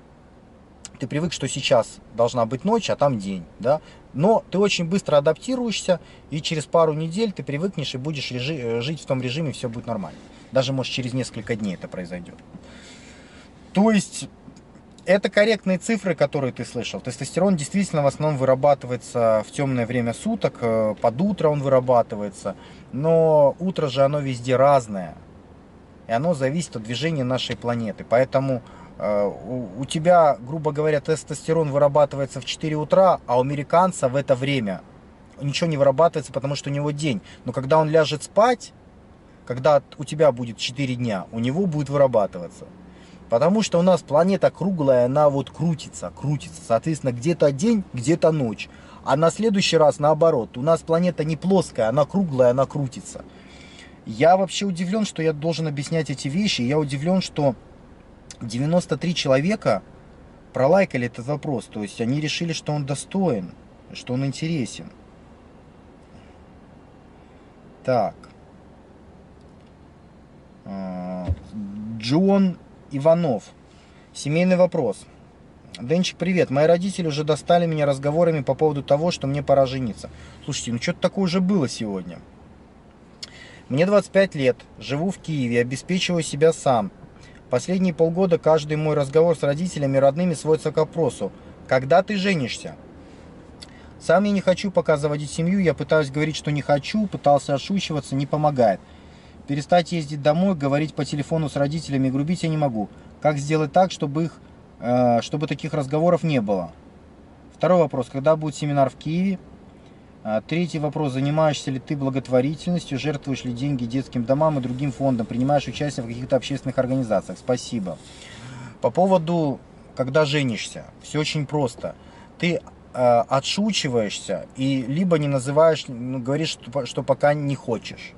ты привык, что сейчас должна быть ночь, а там день, да? Но ты очень быстро адаптируешься, и через пару недель ты привыкнешь и будешь режи- жить в том режиме, все будет нормально. Даже, может, через несколько дней это произойдет. То есть, это корректные цифры, которые ты слышал. Тестостерон действительно в основном вырабатывается в темное время суток, под утро он вырабатывается, но утро же оно везде разное, и оно зависит от движения нашей планеты, поэтому... У тебя, грубо говоря, тестостерон вырабатывается в четыре утра, а у американца в это время ничего не вырабатывается, потому что у него день. Но когда он ляжет спать, когда у тебя будет четыре дня, у него будет вырабатываться. Потому что у нас планета круглая, она вот крутится, крутится. Соответственно, где-то день, где-то ночь. А на следующий раз наоборот. У нас планета не плоская, она круглая, она крутится. Я вообще удивлен, что я должен объяснять эти вещи. Я удивлен, что девяносто три человека пролайкали этот вопрос. То есть они решили, что он достоин, что он интересен. Так. Джон Иванов. Семейный вопрос. Денчик, привет. Мои родители уже достали меня разговорами по поводу того, что мне пора жениться. Слушайте, ну что-то такое уже было сегодня. Мне двадцать пять лет. Живу в Киеве. Обеспечиваю себя сам. Последние полгода каждый мой разговор с родителями и родными сводится к вопросу: когда ты женишься? Сам я не хочу пока заводить семью, я пытаюсь говорить, что не хочу, пытался отшучиваться, не помогает. Перестать ездить домой, говорить по телефону с родителями и грубить я не могу. Как сделать так, чтобы, их, э, чтобы таких разговоров не было? Второй вопрос: когда будет семинар в Киеве? Третий вопрос: занимаешься ли ты благотворительностью, жертвуешь ли деньги детским домам и другим фондам, принимаешь участие в каких-то общественных организациях? Спасибо. По поводу, когда женишься, все очень просто. Ты э, отшучиваешься и либо не называешь, ну, говоришь, что, что пока не хочешь.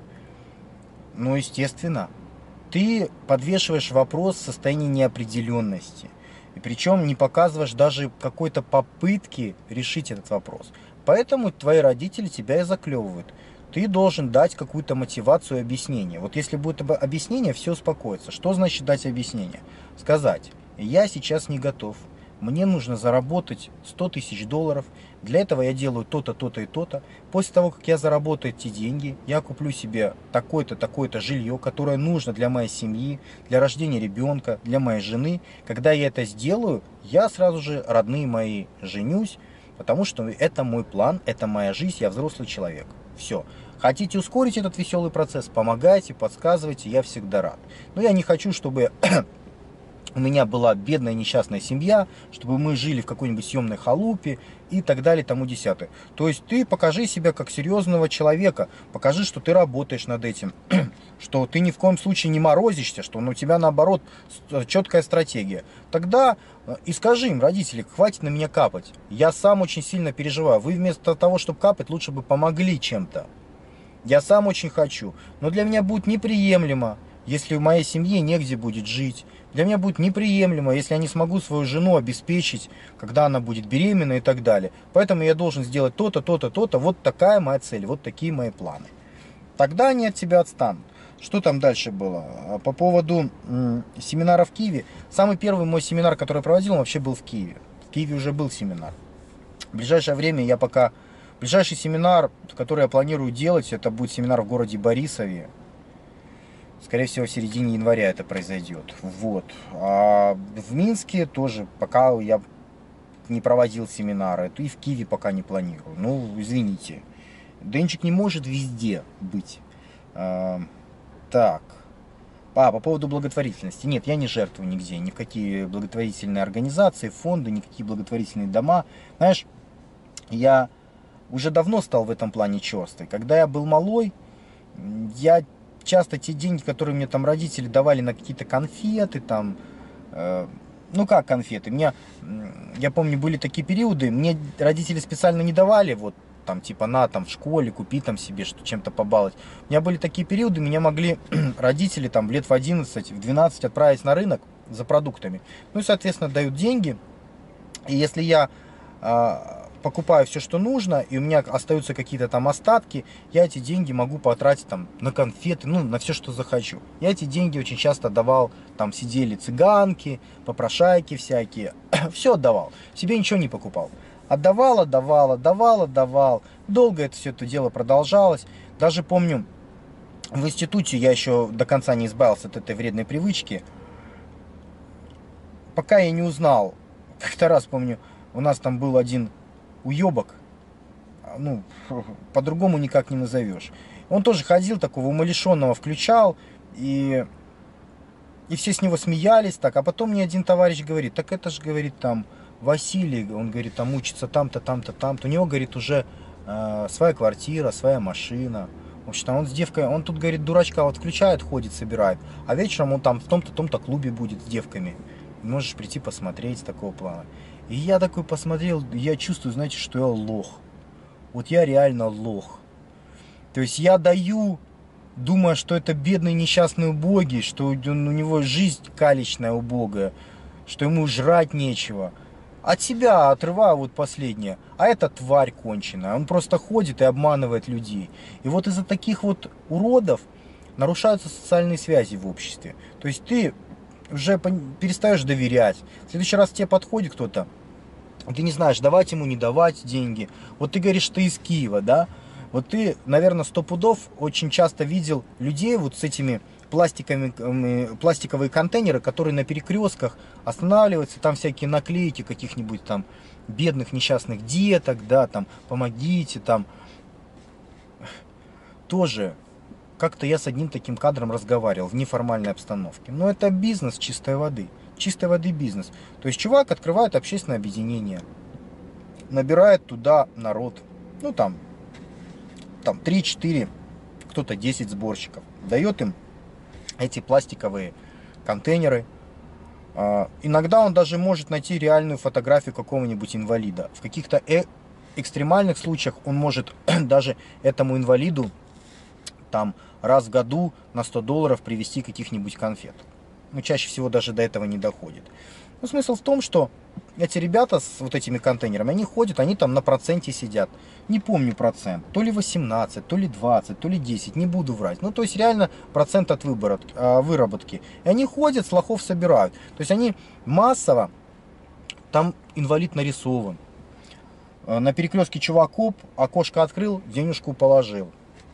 Ну, естественно. Ты подвешиваешь вопрос в состоянии неопределенности. И причем не показываешь даже какой-то попытки решить этот вопрос. Поэтому твои родители тебя и заклевывают. Ты должен дать какую-то мотивацию и объяснение. Вот если будет объяснение, все успокоится. Что значит дать объяснение? Сказать: я сейчас не готов. Мне нужно заработать сто тысяч долларов. Для этого я делаю то-то, то-то и то-то. После того, как я заработаю эти деньги, я куплю себе такое-то, такое-то жилье, которое нужно для моей семьи, для рождения ребенка, для моей жены. Когда я это сделаю, я сразу же, родные мои, женюсь, потому что это мой план, это моя жизнь, я взрослый человек. Все. Хотите ускорить этот веселый процесс? Помогайте, подсказывайте, я всегда рад. Но я не хочу, чтобы у меня была бедная несчастная семья, чтобы мы жили в какой-нибудь съемной халупе и так далее, тому десятое. То есть ты покажи себя как серьезного человека, покажи, что ты работаешь над этим, что ты ни в коем случае не морозишься, что у тебя наоборот четкая стратегия. Тогда и скажи им: родители, хватит на меня капать, я сам очень сильно переживаю, вы вместо того, чтобы капать, лучше бы помогли чем-то. Я сам очень хочу, но для меня будет неприемлемо, если в моей семье негде будет жить. Для меня будет неприемлемо, если я не смогу свою жену обеспечить, когда она будет беременна и так далее. Поэтому я должен сделать то-то, то-то, то-то. Вот такая моя цель, вот такие мои планы. Тогда они от тебя отстанут. Что там дальше было? По поводу м, семинара в Киеве. Самый первый мой семинар, который я проводил, он вообще был в Киеве. В Киеве уже был семинар. В ближайшее время я пока... Ближайший семинар, который я планирую делать, это будет семинар в городе Борисове. Скорее всего, в середине января это произойдет. Вот. А в Минске тоже пока я не проводил семинары. И в Киеве пока не планирую. Ну, извините. Денчик не может везде быть. А, так. А, по поводу благотворительности. Нет, я не жертвую нигде. Ни в какие благотворительные организации, фонды, никакие благотворительные дома. Знаешь, я уже давно стал в этом плане черствый. Когда я был малой, я часто те деньги, которые мне там родители давали на какие-то конфеты, там, э, ну как конфеты, мне, я помню, были такие периоды, мне родители специально не давали, вот, там, типа, на, там, в школе, купи там себе, что чем-то побаловать. У меня были такие периоды, меня могли родители, там, лет в одиннадцать, в двенадцать отправить на рынок за продуктами. Ну и, соответственно, дают деньги, и если я... Э, покупаю все, что нужно, и у меня остаются какие-то там остатки, я эти деньги могу потратить там на конфеты, ну, на все, что захочу. Я эти деньги очень часто давал, там сидели цыганки, попрошайки всякие, все отдавал, себе ничего не покупал. Отдавал, отдавал, отдавал, отдавал. Долго это все это дело продолжалось. Даже помню, в институте я еще до конца не избавился от этой вредной привычки. Пока я не узнал, как-то раз помню, у нас там был один уебок, ну, по-другому никак не назовешь. Он тоже ходил, такого умалишенного включал, и, и все с него смеялись так. А потом мне один товарищ говорит, так это же, говорит, там, Василий, он, говорит, там учится там-то, там-то, там-то. У него, говорит, уже э, своя квартира, своя машина. В общем, он с девкой, он тут, говорит, дурачка вот включает, ходит, собирает. А вечером он там в том-то, том-то клубе будет с девками. Можешь прийти посмотреть, такого плана. И я такой посмотрел, я чувствую, знаете, что я лох. Вот я реально лох. То есть я даю, думая, что это бедный несчастный убогий, что у него жизнь калечная убогая, что ему жрать нечего. От себя отрываю вот последнее. А это тварь конченая. Он просто ходит и обманывает людей. И вот из-за таких вот уродов нарушаются социальные связи в обществе. То есть ты уже перестаешь доверять. В следующий раз тебе подходит кто-то, ты не знаешь, давать ему, не давать деньги. Вот ты говоришь, ты из Киева, да? Вот ты, наверное, сто пудов очень часто видел людей вот с этими пластиковыми, пластиковые контейнеры, которые на перекрестках останавливаются, там всякие наклейки каких-нибудь там бедных несчастных деток, да, там, помогите, там. Тоже как-то я с одним таким кадром разговаривал в неформальной обстановке. Но это бизнес чистой воды. Чистой воды бизнес. То есть чувак открывает общественное объединение, набирает туда народ, ну там, там три-четыре, кто-то десять сборщиков, дает им эти пластиковые контейнеры. Иногда он даже может найти реальную фотографию какого-нибудь инвалида. В каких-то э- экстремальных случаях он может даже этому инвалиду там раз в году на сто долларов привезти каких-нибудь конфет. Ну, чаще всего даже до этого не доходит. Но смысл в том, что эти ребята с вот этими контейнерами, они ходят, они там на проценте сидят. Не помню процент, то ли восемнадцать, то ли двадцать, то ли десять, не буду врать. Ну, то есть реально процент от выработки. выработки. И они ходят, с лохов собирают. То есть они массово, там инвалид нарисован. На перекрестке чувак оп, окошко открыл, денежку положил.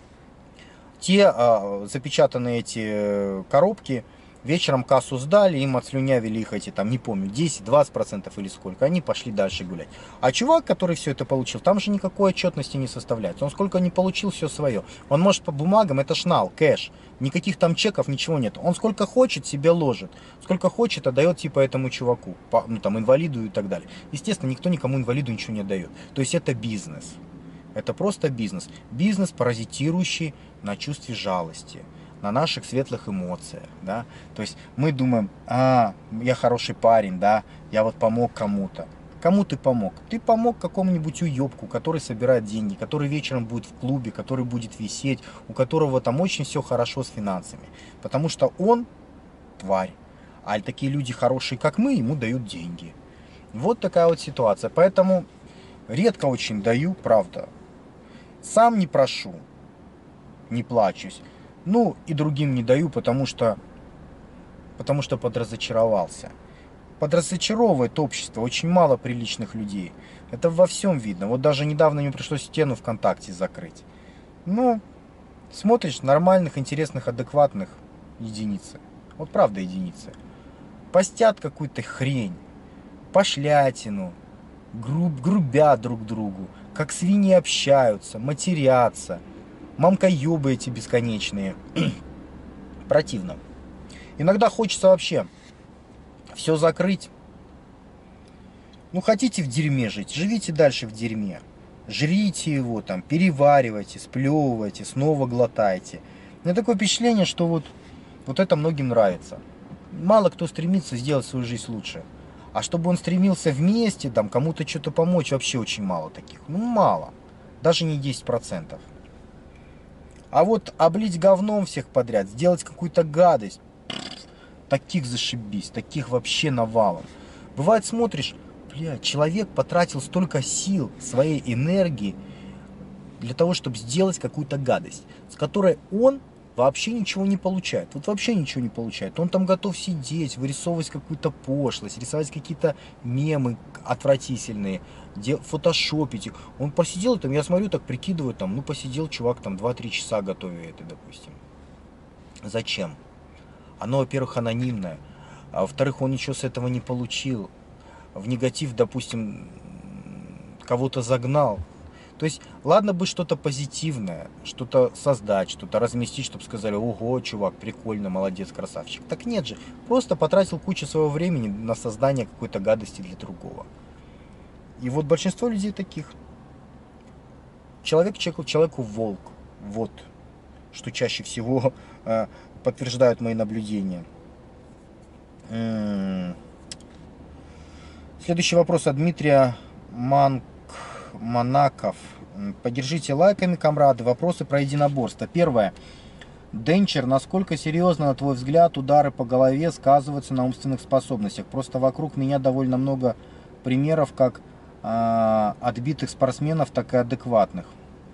Те а, запечатанные эти коробки, вечером кассу сдали, им отслюнявили их эти, там, не помню, десять-двадцать процентов или сколько, они пошли дальше гулять. А чувак, который все это получил, там же никакой отчетности не составляется. Он сколько не получил, все свое. Он может по бумагам, это шнал, кэш, никаких там чеков, ничего нет. Он сколько хочет, себе ложит, сколько хочет, отдает типа этому чуваку, по, ну там, инвалиду и так далее. Естественно, никто никому инвалиду ничего не дает. То есть это бизнес. Это просто бизнес. Бизнес, паразитирующий на чувстве жалости, на наших светлых эмоциях, да. То есть мы думаем, а, я хороший парень, да, я вот помог кому-то. Кому ты помог? Ты помог какому-нибудь уебку, который собирает деньги, который вечером будет в клубе, который будет висеть, у которого там очень все хорошо с финансами. Потому что он тварь. А такие люди хорошие, как мы, ему дают деньги. Вот такая вот ситуация. Поэтому редко очень даю, правда. Сам не прошу, не плачусь. Ну, и другим не даю, потому что, потому что подразочаровался. Подразочаровывает общество, очень мало приличных людей. Это во всем видно. Вот даже недавно мне пришлось стену ВКонтакте закрыть. Ну, смотришь, нормальных, интересных, адекватных единицы. Вот правда единицы. Постят какую-то хрень, пошлятину, груб, грубят друг другу, как свиньи общаются, матерятся, мамкоебы эти бесконечные. Противно. Иногда хочется вообще все закрыть. Ну, хотите в дерьме жить, живите дальше в дерьме. Жрите его там, переваривайте, сплевывайте, снова глотайте. У меня такое впечатление, что вот, вот это многим нравится. Мало кто стремится сделать свою жизнь лучше. А чтобы он стремился вместе, там, кому-то что-то помочь, вообще очень мало таких. Ну, мало. Даже не десять процентов. А вот облить говном всех подряд, сделать какую-то гадость, таких зашибись, таких вообще навалом. Бывает, смотришь, бля, человек потратил столько сил, своей энергии для того, чтобы сделать какую-то гадость, с которой он вообще ничего не получает. Вот вообще ничего не получает. Он там готов сидеть, вырисовывать какую-то пошлость, рисовать какие-то мемы отвратительные, фотошопить их. Он посидел там, я смотрю, так прикидываю, там, ну посидел чувак там два-три часа готовя это, допустим. Зачем? Оно, во-первых, анонимное, а во-вторых, он ничего с этого не получил. В негатив, допустим, кого-то загнал. То есть, ладно бы что-то позитивное, что-то создать, что-то разместить, чтобы сказали: ого, чувак, прикольно, молодец, красавчик. Так нет же, просто потратил кучу своего времени на создание какой-то гадости для другого. И вот большинство людей таких. Человек человеку, человеку волк. Вот, что чаще всего э, подтверждают мои наблюдения. М-м- Следующий вопрос от Дмитрия Манк. Монаков. Поддержите лайками, комрады. Вопросы про единоборство. Первое. Денчер, насколько серьезно, на твой взгляд, удары по голове сказываются на умственных способностях? Просто вокруг меня довольно много примеров как э, отбитых спортсменов, так и адекватных.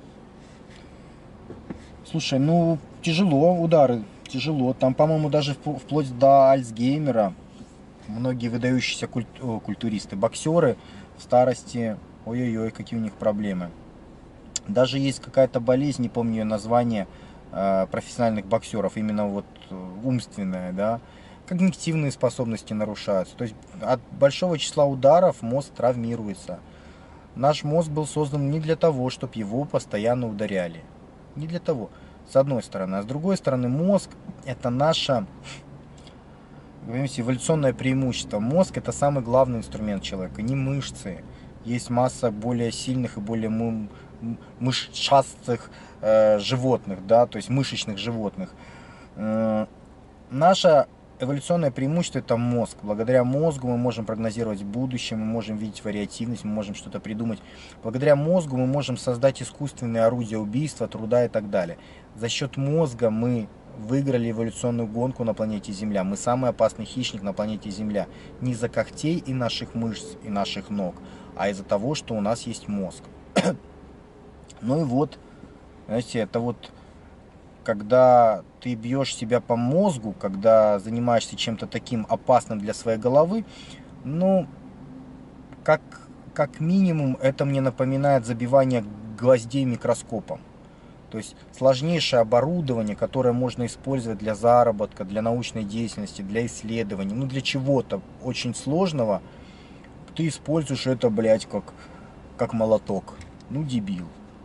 Слушай, ну тяжело удары, тяжело. Там, по-моему, даже вплоть до Альцгеймера многие выдающиеся культ, культуристы, боксеры в старости, ой-ой-ой, какие у них проблемы. Даже есть какая-то болезнь, не помню ее название, э, профессиональных боксеров, именно вот умственная, да, когнитивные способности нарушаются. То есть от большого числа ударов мозг травмируется. Наш мозг был создан не для того, чтобы его постоянно ударяли. Не для того, с одной стороны. А с другой стороны, мозг — это наше, говорите, эволюционное преимущество. Мозг — это самый главный инструмент человека, не мышцы. Есть масса более сильных и более мы, мышчастых э, животных, да, то есть мышечных животных. Э, наше эволюционное преимущество — это мозг. Благодаря мозгу мы можем прогнозировать будущее, мы можем видеть вариативность, мы можем что-то придумать. Благодаря мозгу мы можем создать искусственные орудия убийства, труда и так далее. За счет мозга мы выиграли эволюционную гонку на планете Земля. Мы самый опасный хищник на планете Земля. Не из-за когтей и наших мышц, и наших ног, а из-за того, что у нас есть мозг. Ну и вот, знаете, это вот, когда ты бьешь себя по мозгу, когда занимаешься чем-то таким опасным для своей головы, ну, как, как минимум, это мне напоминает забивание гвоздей микроскопом. То есть сложнейшее оборудование, которое можно использовать для заработка, для научной деятельности, для исследований, ну для чего-то очень сложного, ты используешь это, блядь, как, как молоток. Ну, дебил.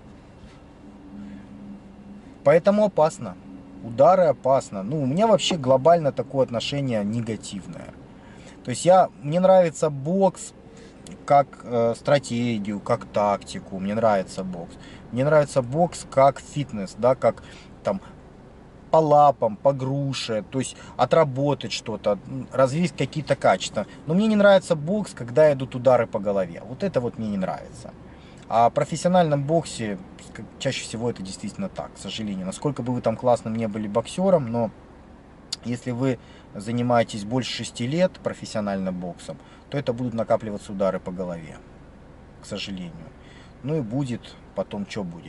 Поэтому опасно. Удары опасно. Ну, у меня вообще глобально такое отношение негативное. То есть я, мне нравится бокс как э, стратегию, как тактику. Мне нравится бокс. Мне нравится бокс как фитнес, да, как там по лапам, по груше, то есть отработать что-то, развить какие-то качества. Но мне не нравится бокс, когда идут удары по голове. Вот это вот мне не нравится. А в профессиональном боксе чаще всего это действительно так, к сожалению. Насколько бы вы там классным не были боксером, но если вы занимаетесь больше шести лет профессиональным боксом, то это будут накапливаться удары по голове, к сожалению. Ну и будет потом, что будет.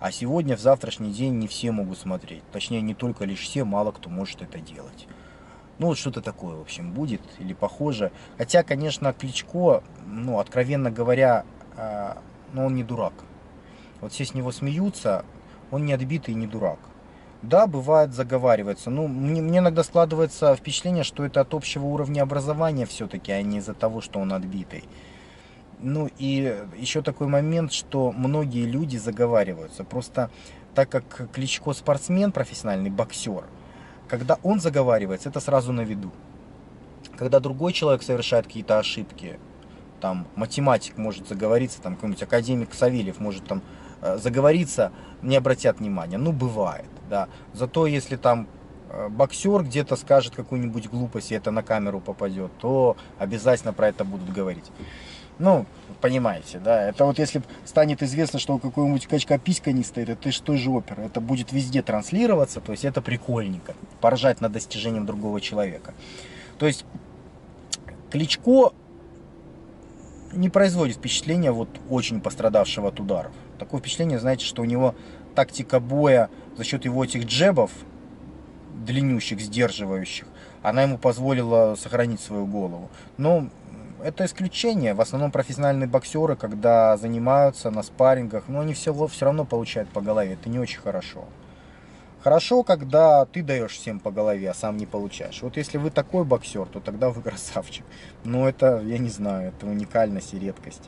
А сегодня, в завтрашний день не все могут смотреть. Точнее, не только лишь все, мало кто может это делать. Ну, вот что-то такое, в общем, будет или похоже. Хотя, конечно, Кличко, ну, откровенно говоря, э, ну, он не дурак. Вот все с него смеются, он не отбитый и не дурак. Да, бывает, заговаривается. Ну, мне, мне иногда складывается впечатление, что это от общего уровня образования все-таки, а не из-за того, что он отбитый. Ну и еще такой момент, что многие люди заговариваются. Просто так как Кличко спортсмен, профессиональный боксер, когда он заговаривается, это сразу на виду. Когда другой человек совершает какие-то ошибки, там математик может заговориться, там какой-нибудь академик Савельев может там э, заговориться, не обратят внимания. Ну, бывает, да. Зато если там э, боксер где-то скажет какую-нибудь глупость, и это на камеру попадет, то обязательно про это будут говорить. Ну, понимаете, да, это вот если станет известно, что у какой-нибудь качка писька не стоит, это ж той же опера, это будет везде транслироваться, то есть это прикольненько, поражать над достижением другого человека. То есть Кличко не производит впечатления вот очень пострадавшего от ударов. Такое впечатление, знаете, что у него тактика боя за счет его этих джебов, длиннющих, сдерживающих, она ему позволила сохранить свою голову. Но это исключение. В основном профессиональные боксеры, когда занимаются на спаррингах, но они все, все равно получают по голове. Это не очень хорошо. Хорошо, когда ты даешь всем по голове, а сам не получаешь. Вот если вы такой боксер, то тогда вы красавчик. Но это, я не знаю, это уникальность и редкость.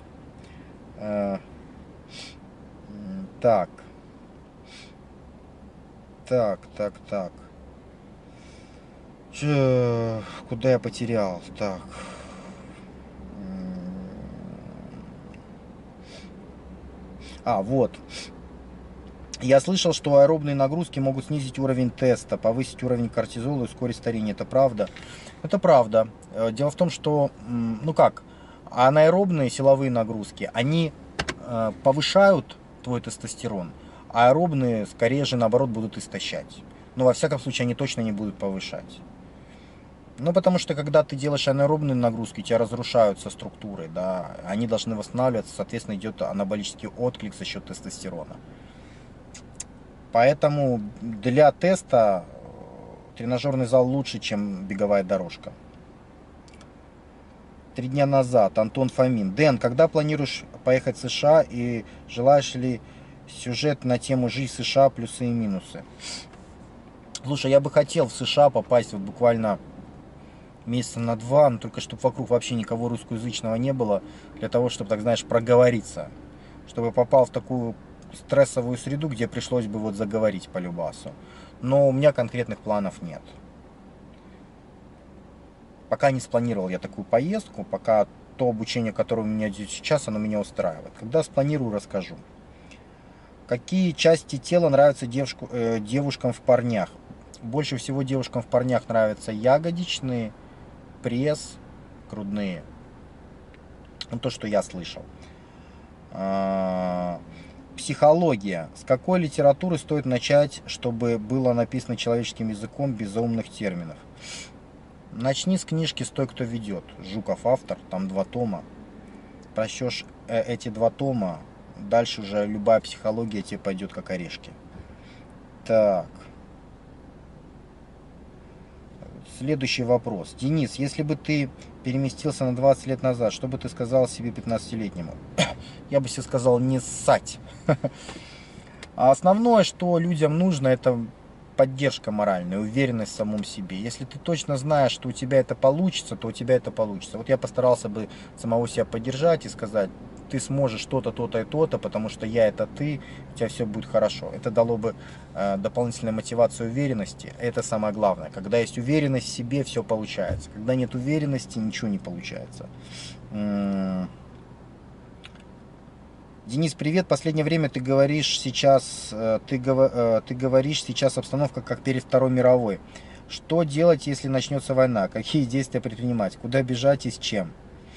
Так. Так, так, так. Че, куда я потерял? Так. А, вот. Я слышал, что аэробные нагрузки могут снизить уровень теста, повысить уровень кортизола и ускорить старение. Это правда? Это правда. Дело в том, что, ну как, анаэробные силовые нагрузки, они повышают твой тестостерон, а аэробные скорее же наоборот будут истощать. Но во всяком случае они точно не будут повышать. Ну, потому что, когда ты делаешь анаэробные нагрузки, у тебя разрушаются структуры, да, они должны восстанавливаться, соответственно, идет анаболический отклик за счет тестостерона. Поэтому для теста тренажерный зал лучше, чем беговая дорожка. Три дня назад Антон Фомин. Дэн, когда планируешь поехать в США и желаешь ли сюжет на тему «Жизнь в США. Плюсы и минусы»? Слушай, я бы хотел в США попасть вот буквально месяца на два, но только чтобы вокруг вообще никого русскоязычного не было, для того, чтобы, так знаешь, проговориться. Чтобы попал в такую стрессовую среду, где пришлось бы вот заговорить по любасу. Но у меня конкретных планов нет. Пока не спланировал я такую поездку, пока то обучение, которое у меня идет сейчас, оно меня устраивает. Когда спланирую, расскажу. Какие части тела нравятся девушку, э, девушкам в парнях? Больше всего девушкам в парнях нравятся ягодичные, пресс, грудные. Ну, то, что я слышал. Психология. С какой литературы стоит начать, чтобы было написано человеческим языком без умных терминов? Начни с книжки «С той, кто ведет». Жуков автор, там два тома. Прочтешь э, эти два тома, дальше уже любая психология тебе пойдет как орешки. Так. Следующий вопрос. Денис, если бы ты переместился на двадцать лет назад, что бы ты сказал себе пятнадцатилетнему? Я бы себе сказал не ссать. А основное, что людям нужно, это поддержка моральная, уверенность в самом себе. Если ты точно знаешь, что у тебя это получится, то у тебя это получится. Вот я постарался бы самого себя поддержать и сказать: ты сможешь то-то, то-то и то-то, потому что я это ты, у тебя все будет хорошо. Это дало бы э, дополнительную мотивацию уверенности. Это самое главное. Когда есть уверенность в себе, все получается. Когда нет уверенности, ничего не получается. М-м- Денис, привет. Последнее время ты говоришь сейчас, э, ты, гов- э, ты говоришь сейчас обстановка как перед Второй мировой. Что делать, если начнется война? Какие действия предпринимать? Куда бежать и с чем?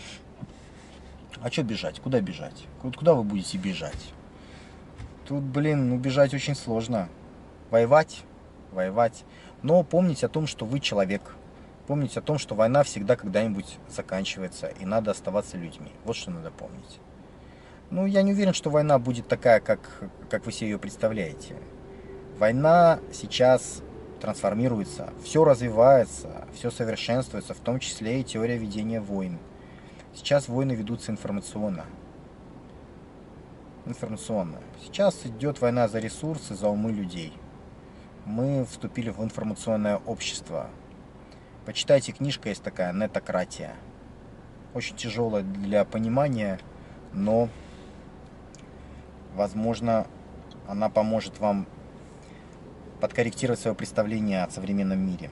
А что бежать? Куда бежать? Куда вы будете бежать? Тут, блин, ну бежать очень сложно. Воевать? Воевать. Но помните о том, что вы человек. Помните о том, что война всегда когда-нибудь заканчивается. И надо оставаться людьми. Вот что надо помнить. Ну, я не уверен, что война будет такая, как, как вы себе ее представляете. Война сейчас трансформируется, все развивается, все совершенствуется, в том числе и теория ведения войн. Сейчас войны ведутся информационно. Информационно. Сейчас идет война за ресурсы, за умы людей. Мы вступили в информационное общество. Почитайте, книжка есть такая «Нетократия». Очень тяжелая для понимания, но, возможно, она поможет вам подкорректировать свое представление о современном мире.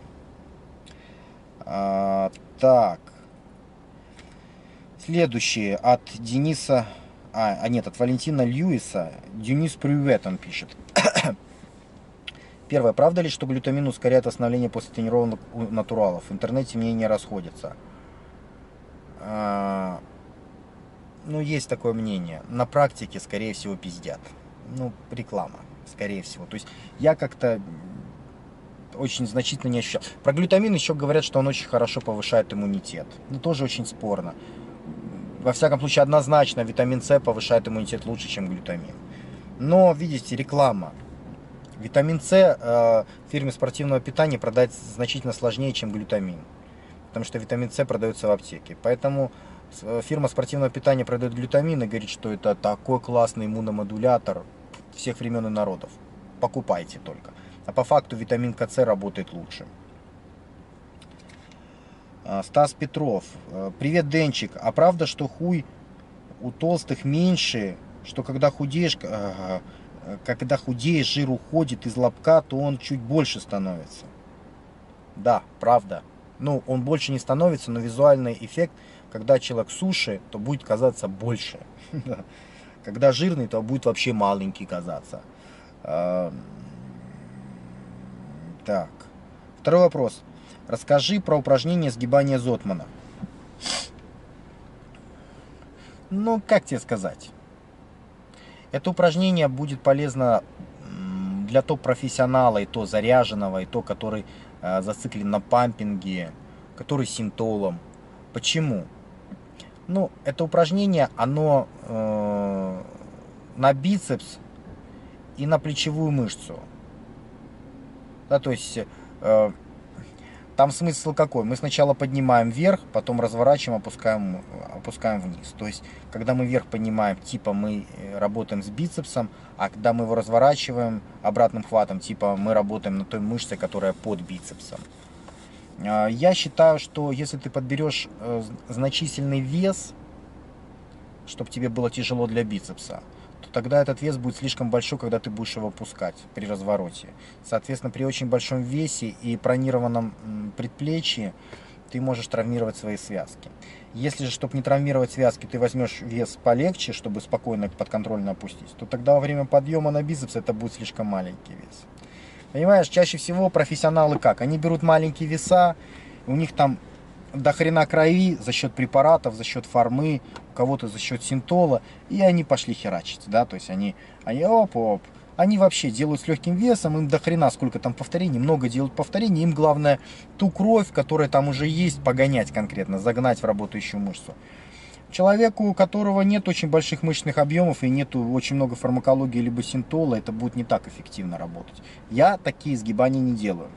А, так. Следующее от Дениса... А, а нет, от Валентина Льюиса. Денис Привет он пишет. Первое. Правда ли, что глютамин ускоряет восстановление после тренировок у натуралов? В интернете мнения расходятся. А, ну, есть такое мнение. На практике, скорее всего, пиздят. Ну, реклама, скорее всего. То есть я как-то очень значительно не ощущал. Про глютамин еще говорят, что он очень хорошо повышает иммунитет. Ну, тоже очень спорно. Во всяком случае, однозначно витамин С повышает иммунитет лучше, чем глютамин. Но, видите, реклама. Витамин С э, в фирме спортивного питания продать значительно сложнее, чем глютамин. Потому что витамин С продается в аптеке. Поэтому фирма спортивного питания продает глютамин и говорит, что это такой классный иммуномодулятор всех времен и народов. Покупайте только. А по факту витамин К С работает лучше. Стас Петров. Привет, Денчик. А правда, что хуй у толстых меньше, что когда худеешь, когда худеешь, жир уходит из лобка, то он чуть больше становится? Да, правда. Ну, он больше не становится, но визуальный эффект, когда человек суши, то будет казаться больше. Когда жирный, то будет вообще маленький казаться. Так. Второй вопрос. Расскажи про упражнение сгибания Зотмана. Ну, как тебе сказать? Это упражнение будет полезно для топ-профессионала, и то заряженного, и то, который э, зациклен на пампинге, который синтолом. Почему? Ну, это упражнение, оно э, на бицепс и на плечевую мышцу. Да, то есть... Э, Там смысл какой? Мы сначала поднимаем вверх, потом разворачиваем, опускаем, опускаем вниз. То есть, когда мы вверх поднимаем, типа мы работаем с бицепсом, а когда мы его разворачиваем обратным хватом, типа мы работаем на той мышце, которая под бицепсом. Я считаю, что если ты подберешь значительный вес, чтобы тебе было тяжело для бицепса, то тогда этот вес будет слишком большой, когда ты будешь его опускать при развороте. Соответственно, при очень большом весе и бронированном предплечье ты можешь травмировать свои связки. Если же, чтобы не травмировать связки, ты возьмешь вес полегче, чтобы спокойно подконтрольно опустить, то тогда во время подъема на бицепс это будет слишком маленький вес. Понимаешь, чаще всего профессионалы как? Они берут маленькие веса, у них там до хрена крови за счет препаратов, за счет формы, у кого-то за счет синтола, и они пошли херачить, да, то есть они, они оп-оп, они вообще делают с легким весом, им до хрена сколько там повторений, много делают повторений, им главное ту кровь, которая там уже есть, погонять конкретно, загнать в работающую мышцу. Человеку, у которого нет очень больших мышечных объемов и нету очень много фармакологии либо синтола, это будет не так эффективно работать. Я такие сгибания не делаю.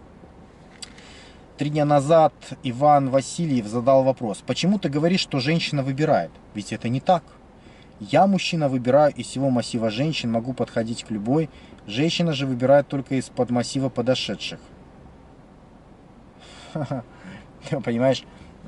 Три дня назад Иван Васильев задал вопрос: почему ты говоришь, что женщина выбирает? Ведь это не так. Я, мужчина, выбираю из всего массива женщин, могу подходить к любой. Женщина же выбирает только из-под массива подошедших. Понимаешь?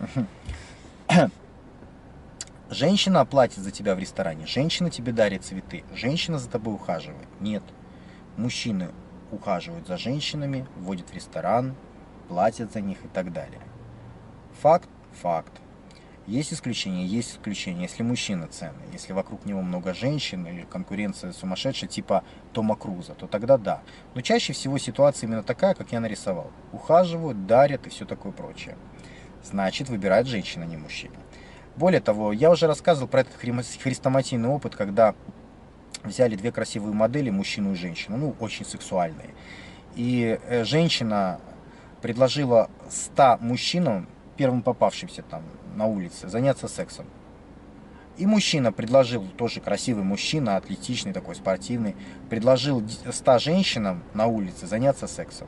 Женщина платит за тебя в ресторане, женщина тебе дарит цветы, женщина за тобой ухаживает. Нет. Мужчины ухаживают за женщинами, водят в ресторан, платят за них и так далее. Факт, факт. Есть исключения, есть исключения. Если мужчина ценный, если вокруг него много женщин или конкуренция сумасшедшая, типа Тома Круза, то тогда да. Но чаще всего ситуация именно такая, как я нарисовал. Ухаживают, дарят и все такое прочее. Значит, выбирает женщина, не мужчина. Более того, я уже рассказывал про этот хрестоматийный опыт, когда взяли две красивые модели, мужчину и женщину, ну, очень сексуальные. И женщина предложила ста мужчинам, первым попавшимся там на улице, заняться сексом. И мужчина предложил, тоже красивый мужчина, атлетичный такой, спортивный, предложил ста женщинам на улице заняться сексом.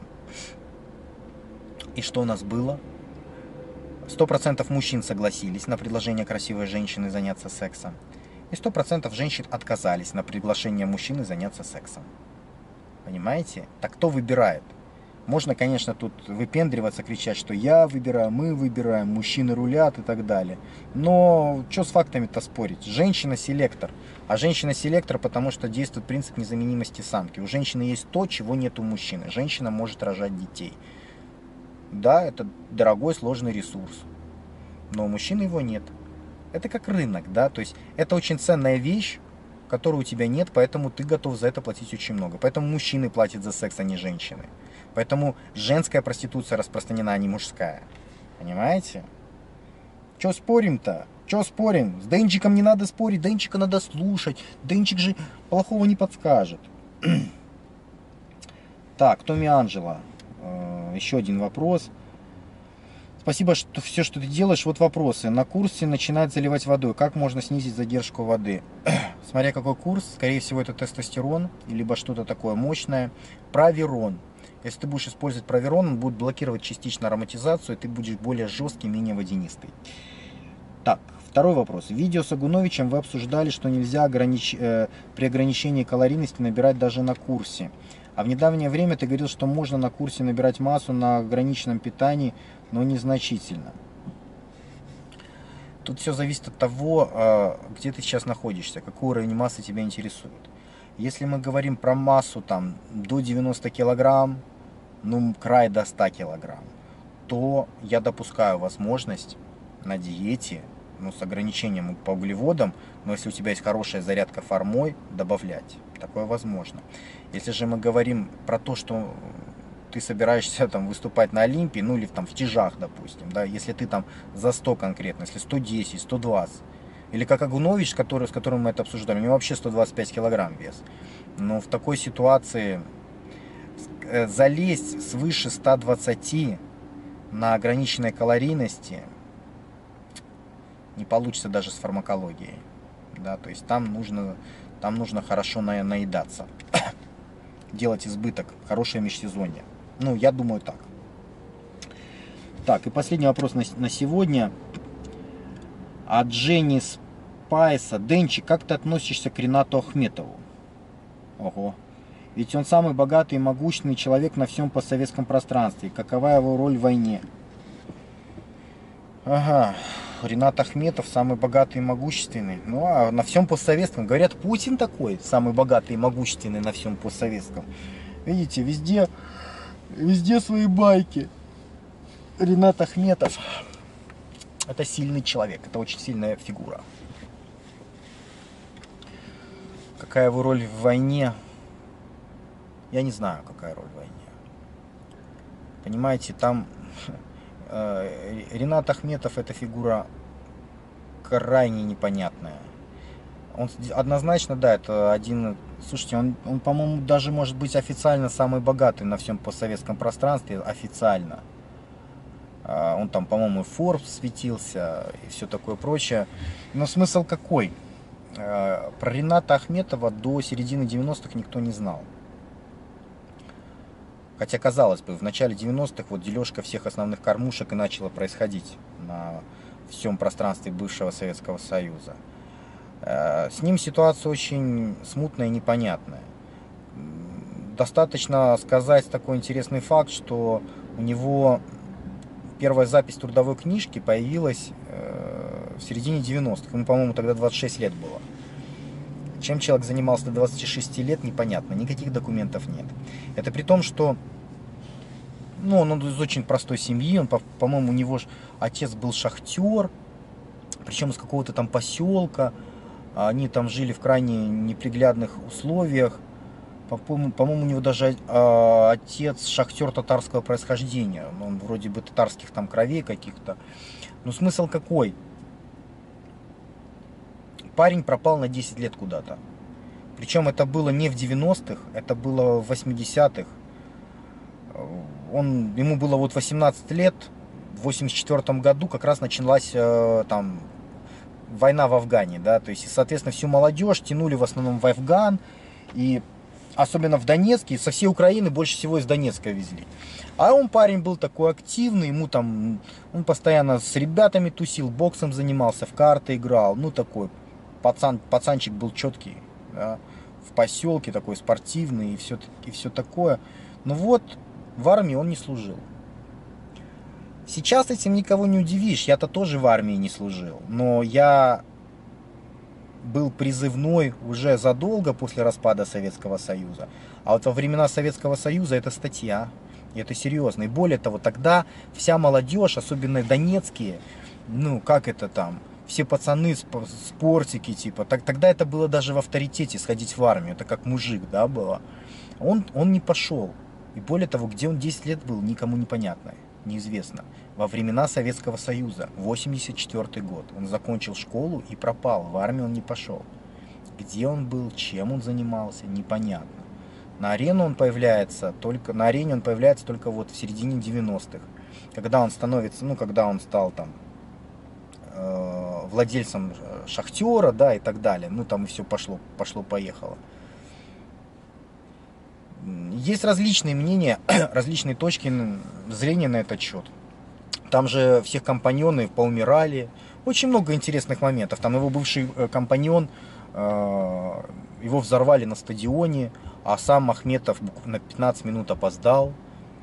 И что у нас было? Сто процентов мужчин согласились на предложение красивой женщины заняться сексом. И сто процентов женщин отказались на приглашение мужчины заняться сексом. Понимаете? Так кто выбирает? Можно, конечно, тут выпендриваться, кричать, что я выбираю, мы выбираем, мужчины рулят и так далее. Но что с фактами-то спорить? Женщина-селектор. А женщина-селектор, потому что действует принцип незаменимости самки. У женщины есть то, чего нет у мужчины. Женщина может рожать детей. Да, это дорогой, сложный ресурс. Но у мужчины его нет. Это как рынок, да, то есть это очень ценная вещь, которой у тебя нет, поэтому ты готов за это платить очень много. Поэтому мужчины платят за секс, а не женщины. Поэтому женская проституция распространена, а не мужская. Понимаете? Че спорим-то? Че спорим? С Денчиком не надо спорить, Денчика надо слушать. Денчик же плохого не подскажет. Так, Томми Анджело. Еще один вопрос. Спасибо, что все, что ты делаешь. Вот вопросы. На курсе начинать заливать водой. Как можно снизить задержку воды? Смотря какой курс. Скорее всего, это тестостерон, либо что-то такое мощное. Праверон. Если ты будешь использовать праверон, он будет блокировать частично ароматизацию, и ты будешь более жесткий, менее водянистый. Так, второй вопрос. В видео с Агуновичем вы обсуждали, что нельзя огранич... э, при ограничении калорийности набирать даже на курсе. А в недавнее время ты говорил, что можно на курсе набирать массу на ограниченном питании, но незначительно. Тут все зависит от того, где ты сейчас находишься, какой уровень массы тебя интересует. Если мы говорим про массу там, до девяноста килограмм, ну край до ста килограмм, то я допускаю возможность на диете, ну с ограничением по углеводам, но если у тебя есть хорошая зарядка формой, добавлять. Такое возможно. Если же мы говорим про то, что ты собираешься там выступать на Олимпии, ну или там в тяжах, допустим, да, если ты там за сто конкретно, если сто десять, сто двадцать, или как Агунович, который, с которым мы это обсуждали, у него вообще сто двадцать пять килограмм вес. Но в такой ситуации залезть свыше ста двадцати на ограниченной калорийности не получится даже с фармакологией. Да, то есть там нужно, там нужно хорошо на, наедаться. Делать избыток, хорошее межсезонье. Ну, я думаю так. Так, и последний вопрос на, на сегодня. От Дженни Спайса. Денчик, как ты относишься к Ринату Ахметову? Ого. Ведь он самый богатый и могущественный человек на всем постсоветском пространстве. Какова его роль в войне? Ага. Ринат Ахметов самый богатый и могущественный. Ну, а на всем постсоветском. Говорят, Путин такой, самый богатый и могущественный на всем постсоветском. Видите, везде, везде свои байки. Ринат Ахметов — это сильный человек, это очень сильная фигура. Какая его роль в войне? Я не знаю, какая роль в войне. Понимаете, там... Ринат Ахметов — это фигура крайне непонятная. Он однозначно, да, это один... Слушайте, он, он по-моему, даже может быть официально самый богатый на всем постсоветском пространстве. Официально. Он там, по-моему, и Forbes светился, и все такое прочее. Но смысл какой? Про Рината Ахметова до середины девяностых никто не знал. Хотя, казалось бы, в начале девяностых вот дележка всех основных кормушек и начала происходить на всем пространстве бывшего Советского Союза. С ним ситуация очень смутная и непонятная. Достаточно сказать такой интересный факт, что у него первая запись трудовой книжки появилась в середине девяностых. Ему, по-моему, тогда двадцать шесть лет было. Чем человек занимался до двадцати шести лет, непонятно. Никаких документов нет. Это при том, что ну, он из очень простой семьи. Он, по-моему, у него отец был шахтер. Причем из какого-то там поселка. Они там жили в крайне неприглядных условиях. По-моему, по-моему, у него даже э, отец шахтер татарского происхождения. Он вроде бы татарских там кровей каких-то. Но смысл какой? Парень пропал на десять лет куда-то. Причем это было не в девяностых, это было в восьмидесятых. Он, ему было вот восемнадцать лет, в восемьдесят четвёртом году как раз началась э, там война в Афгане, да, то есть, и, соответственно, всю молодежь тянули в основном в Афган, и особенно в Донецке, со всей Украины больше всего из Донецка везли. А он парень был такой активный, ему там, он постоянно с ребятами тусил, боксом занимался, в карты играл, ну такой, пацан, пацанчик был четкий, да, в поселке такой спортивный и все, и все такое. Но вот в армии он не служил. Сейчас этим никого не удивишь, я-то тоже в армии не служил, но я был призывной уже задолго после распада Советского Союза. А вот во времена Советского Союза это статья, и это серьезно. И более того, тогда вся молодежь, особенно донецкие, ну как это там, все пацаны, спортики типа, так, тогда это было даже в авторитете сходить в армию, это как мужик, да, было. Он, он не пошел. И более того, где он десять лет был, никому непонятно, неизвестно. Во времена Советского Союза, восемьдесят четвёртый год, он закончил школу и пропал, в армию он не пошел. Где он был, чем он занимался, непонятно. На арену он появляется только, на арене он появляется только вот в середине девяностых, когда он становится, ну, когда он стал там э, владельцем Шахтера, да, и так далее. Ну, там и все пошло, пошло-поехало. Есть различные мнения, различные точки зрения на этот счет. Там же всех компаньоны поумирали. Очень много интересных моментов. Там его бывший компаньон, его взорвали на стадионе, а сам Махметов на пятнадцать минут опоздал.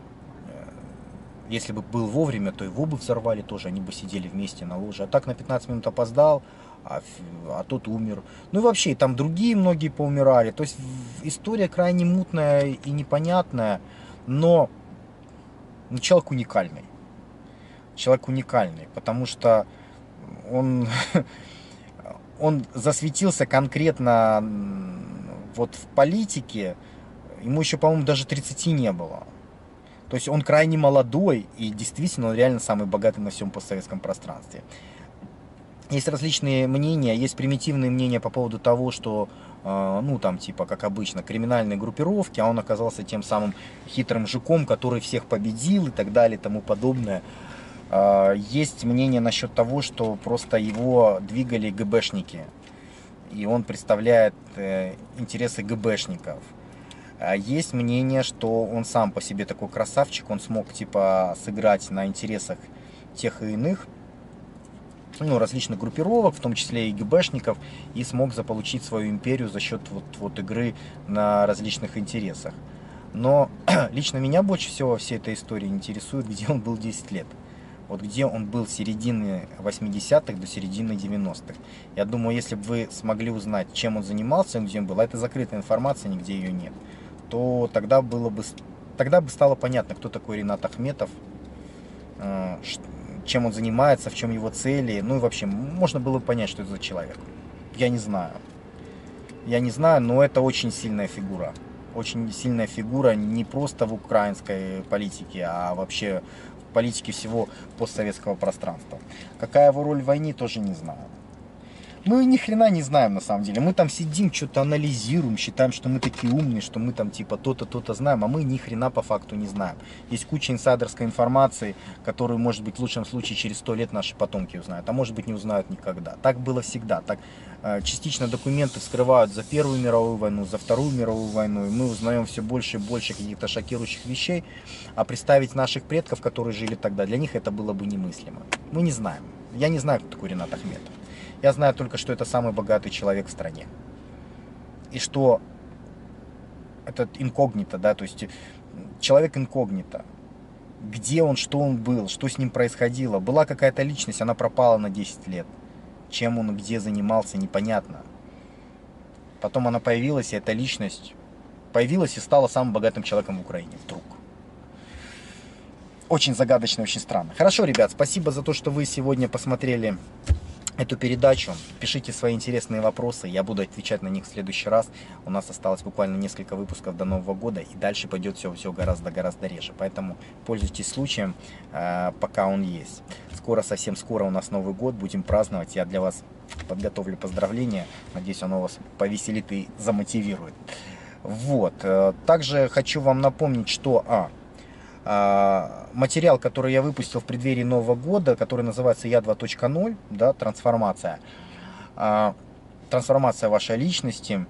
Если бы был вовремя, то его бы взорвали тоже, они бы сидели вместе на ложе. А так на пятнадцать минут опоздал, а, а тот умер. Ну и вообще, там другие многие поумирали. То есть история крайне мутная и непонятная, но ну, человек уникальный. Человек уникальный, потому что он, он засветился конкретно вот в политике, ему еще, по-моему, даже тридцати не было. То есть он крайне молодой и действительно он реально самый богатый на всем постсоветском пространстве. Есть различные мнения, есть примитивные мнения по поводу того, что, э, ну там типа, как обычно, криминальные группировки, а он оказался тем самым хитрым жуком, который всех победил и так далее и тому подобное. Э, есть мнение насчет того, что просто его двигали ГБшники, и он представляет э, интересы ГБшников. Есть мнение, что он сам по себе такой красавчик, он смог типа сыграть на интересах тех и иных, ну, различных группировок, в том числе и ГБшников, и смог заполучить свою империю за счет вот, вот игры на различных интересах. Но лично меня больше всего во всей этой истории интересует, где он был десять лет. Вот где он был с середины восьмидесятых до середины девяностых. Я думаю, если бы вы смогли узнать, чем он занимался, где он был, а это закрытая информация, нигде ее нет, то тогда было бы, тогда бы стало понятно, кто такой Ринат Ахметов, чем он занимается, в чем его цели. Ну и вообще, можно было бы понять, что это за человек. Я не знаю. Я не знаю, но это очень сильная фигура. Очень сильная фигура не просто в украинской политике, а вообще в политике всего постсоветского пространства. Какая его роль в войне, тоже не знаю. Мы ни хрена не знаем на самом деле. Мы там сидим, что-то анализируем, считаем, что мы такие умные, что мы там типа то-то, то-то знаем, а мы ни хрена по факту не знаем. Есть куча инсайдерской информации, которую, может быть, в лучшем случае через сто лет наши потомки узнают, а может быть не узнают никогда. Так было всегда. Так э, частично документы вскрывают за Первую мировую войну, за Вторую мировую войну, и мы узнаем все больше и больше каких-то шокирующих вещей, а представить наших предков, которые жили тогда, для них это было бы немыслимо. Мы не знаем. Я не знаю, кто такой Ринат Ахметов. Я знаю только, что это самый богатый человек в стране. И что этот инкогнито, да, то есть человек инкогнито. Где он, что он был, что с ним происходило. Была какая-то личность, она пропала на десять лет. Чем он, где занимался, непонятно. Потом она появилась, и эта личность появилась и стала самым богатым человеком в Украине вдруг. Очень загадочно, очень странно. Хорошо, ребят, спасибо за то, что вы сегодня посмотрели эту передачу. Пишите свои интересные вопросы, я буду отвечать на них в следующий раз. У нас осталось буквально несколько выпусков до Нового года, и дальше пойдет все, все гораздо-гораздо реже. Поэтому пользуйтесь случаем, пока он есть. Скоро, совсем скоро у нас Новый год, будем праздновать. Я для вас подготовлю поздравления. Надеюсь, оно вас повеселит и замотивирует. Вот. Также хочу вам напомнить, что... А, материал, который я выпустил в преддверии Нового года, который называется Я два точка ноль, да, трансформация, трансформация вашей личности,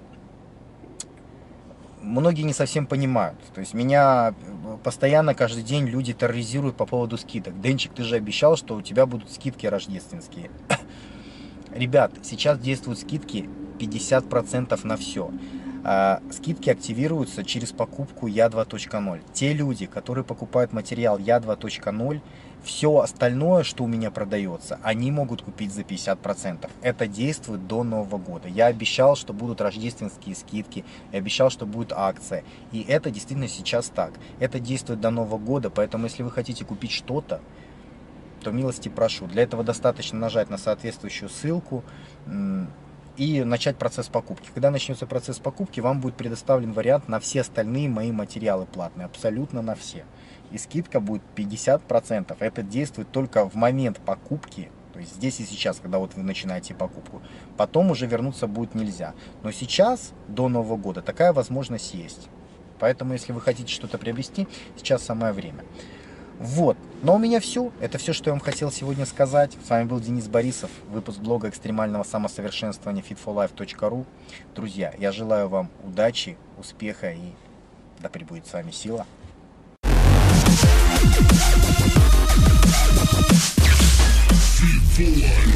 многие не совсем понимают. То есть меня постоянно каждый день люди терроризируют по поводу скидок. Денчик, ты же обещал, что у тебя будут скидки рождественские. Ребят, сейчас действуют скидки пятьдесят процентов на все. Скидки активируются через покупку Я два точка ноль. Те люди, которые покупают материал Я два точка ноль, все остальное, что у меня продается, они могут купить за пятьдесят процентов. Это действует до Нового года. Я обещал, что будут рождественские скидки, я обещал, что будет акция. И это действительно сейчас так. Это действует до Нового года, поэтому если вы хотите купить что-то, то милости прошу. Для этого достаточно нажать на соответствующую ссылку и начать процесс покупки. Когда начнется процесс покупки, вам будет предоставлен вариант на все остальные мои материалы платные, абсолютно на все. И скидка будет пятьдесят процентов. Это действует только в момент покупки, то есть здесь и сейчас, когда вот вы начинаете покупку. Потом уже вернуться будет нельзя. Но сейчас, до Нового года, такая возможность есть. Поэтому, если вы хотите что-то приобрести, сейчас самое время. Вот, но у меня все, это все, что я вам хотел сегодня сказать. С вами был Денис Борисов, выпуск блога экстремального самосовершенствования фит фор лайф точка ру. Друзья, я желаю вам удачи, успеха и да пребудет с вами сила. фит фор лайф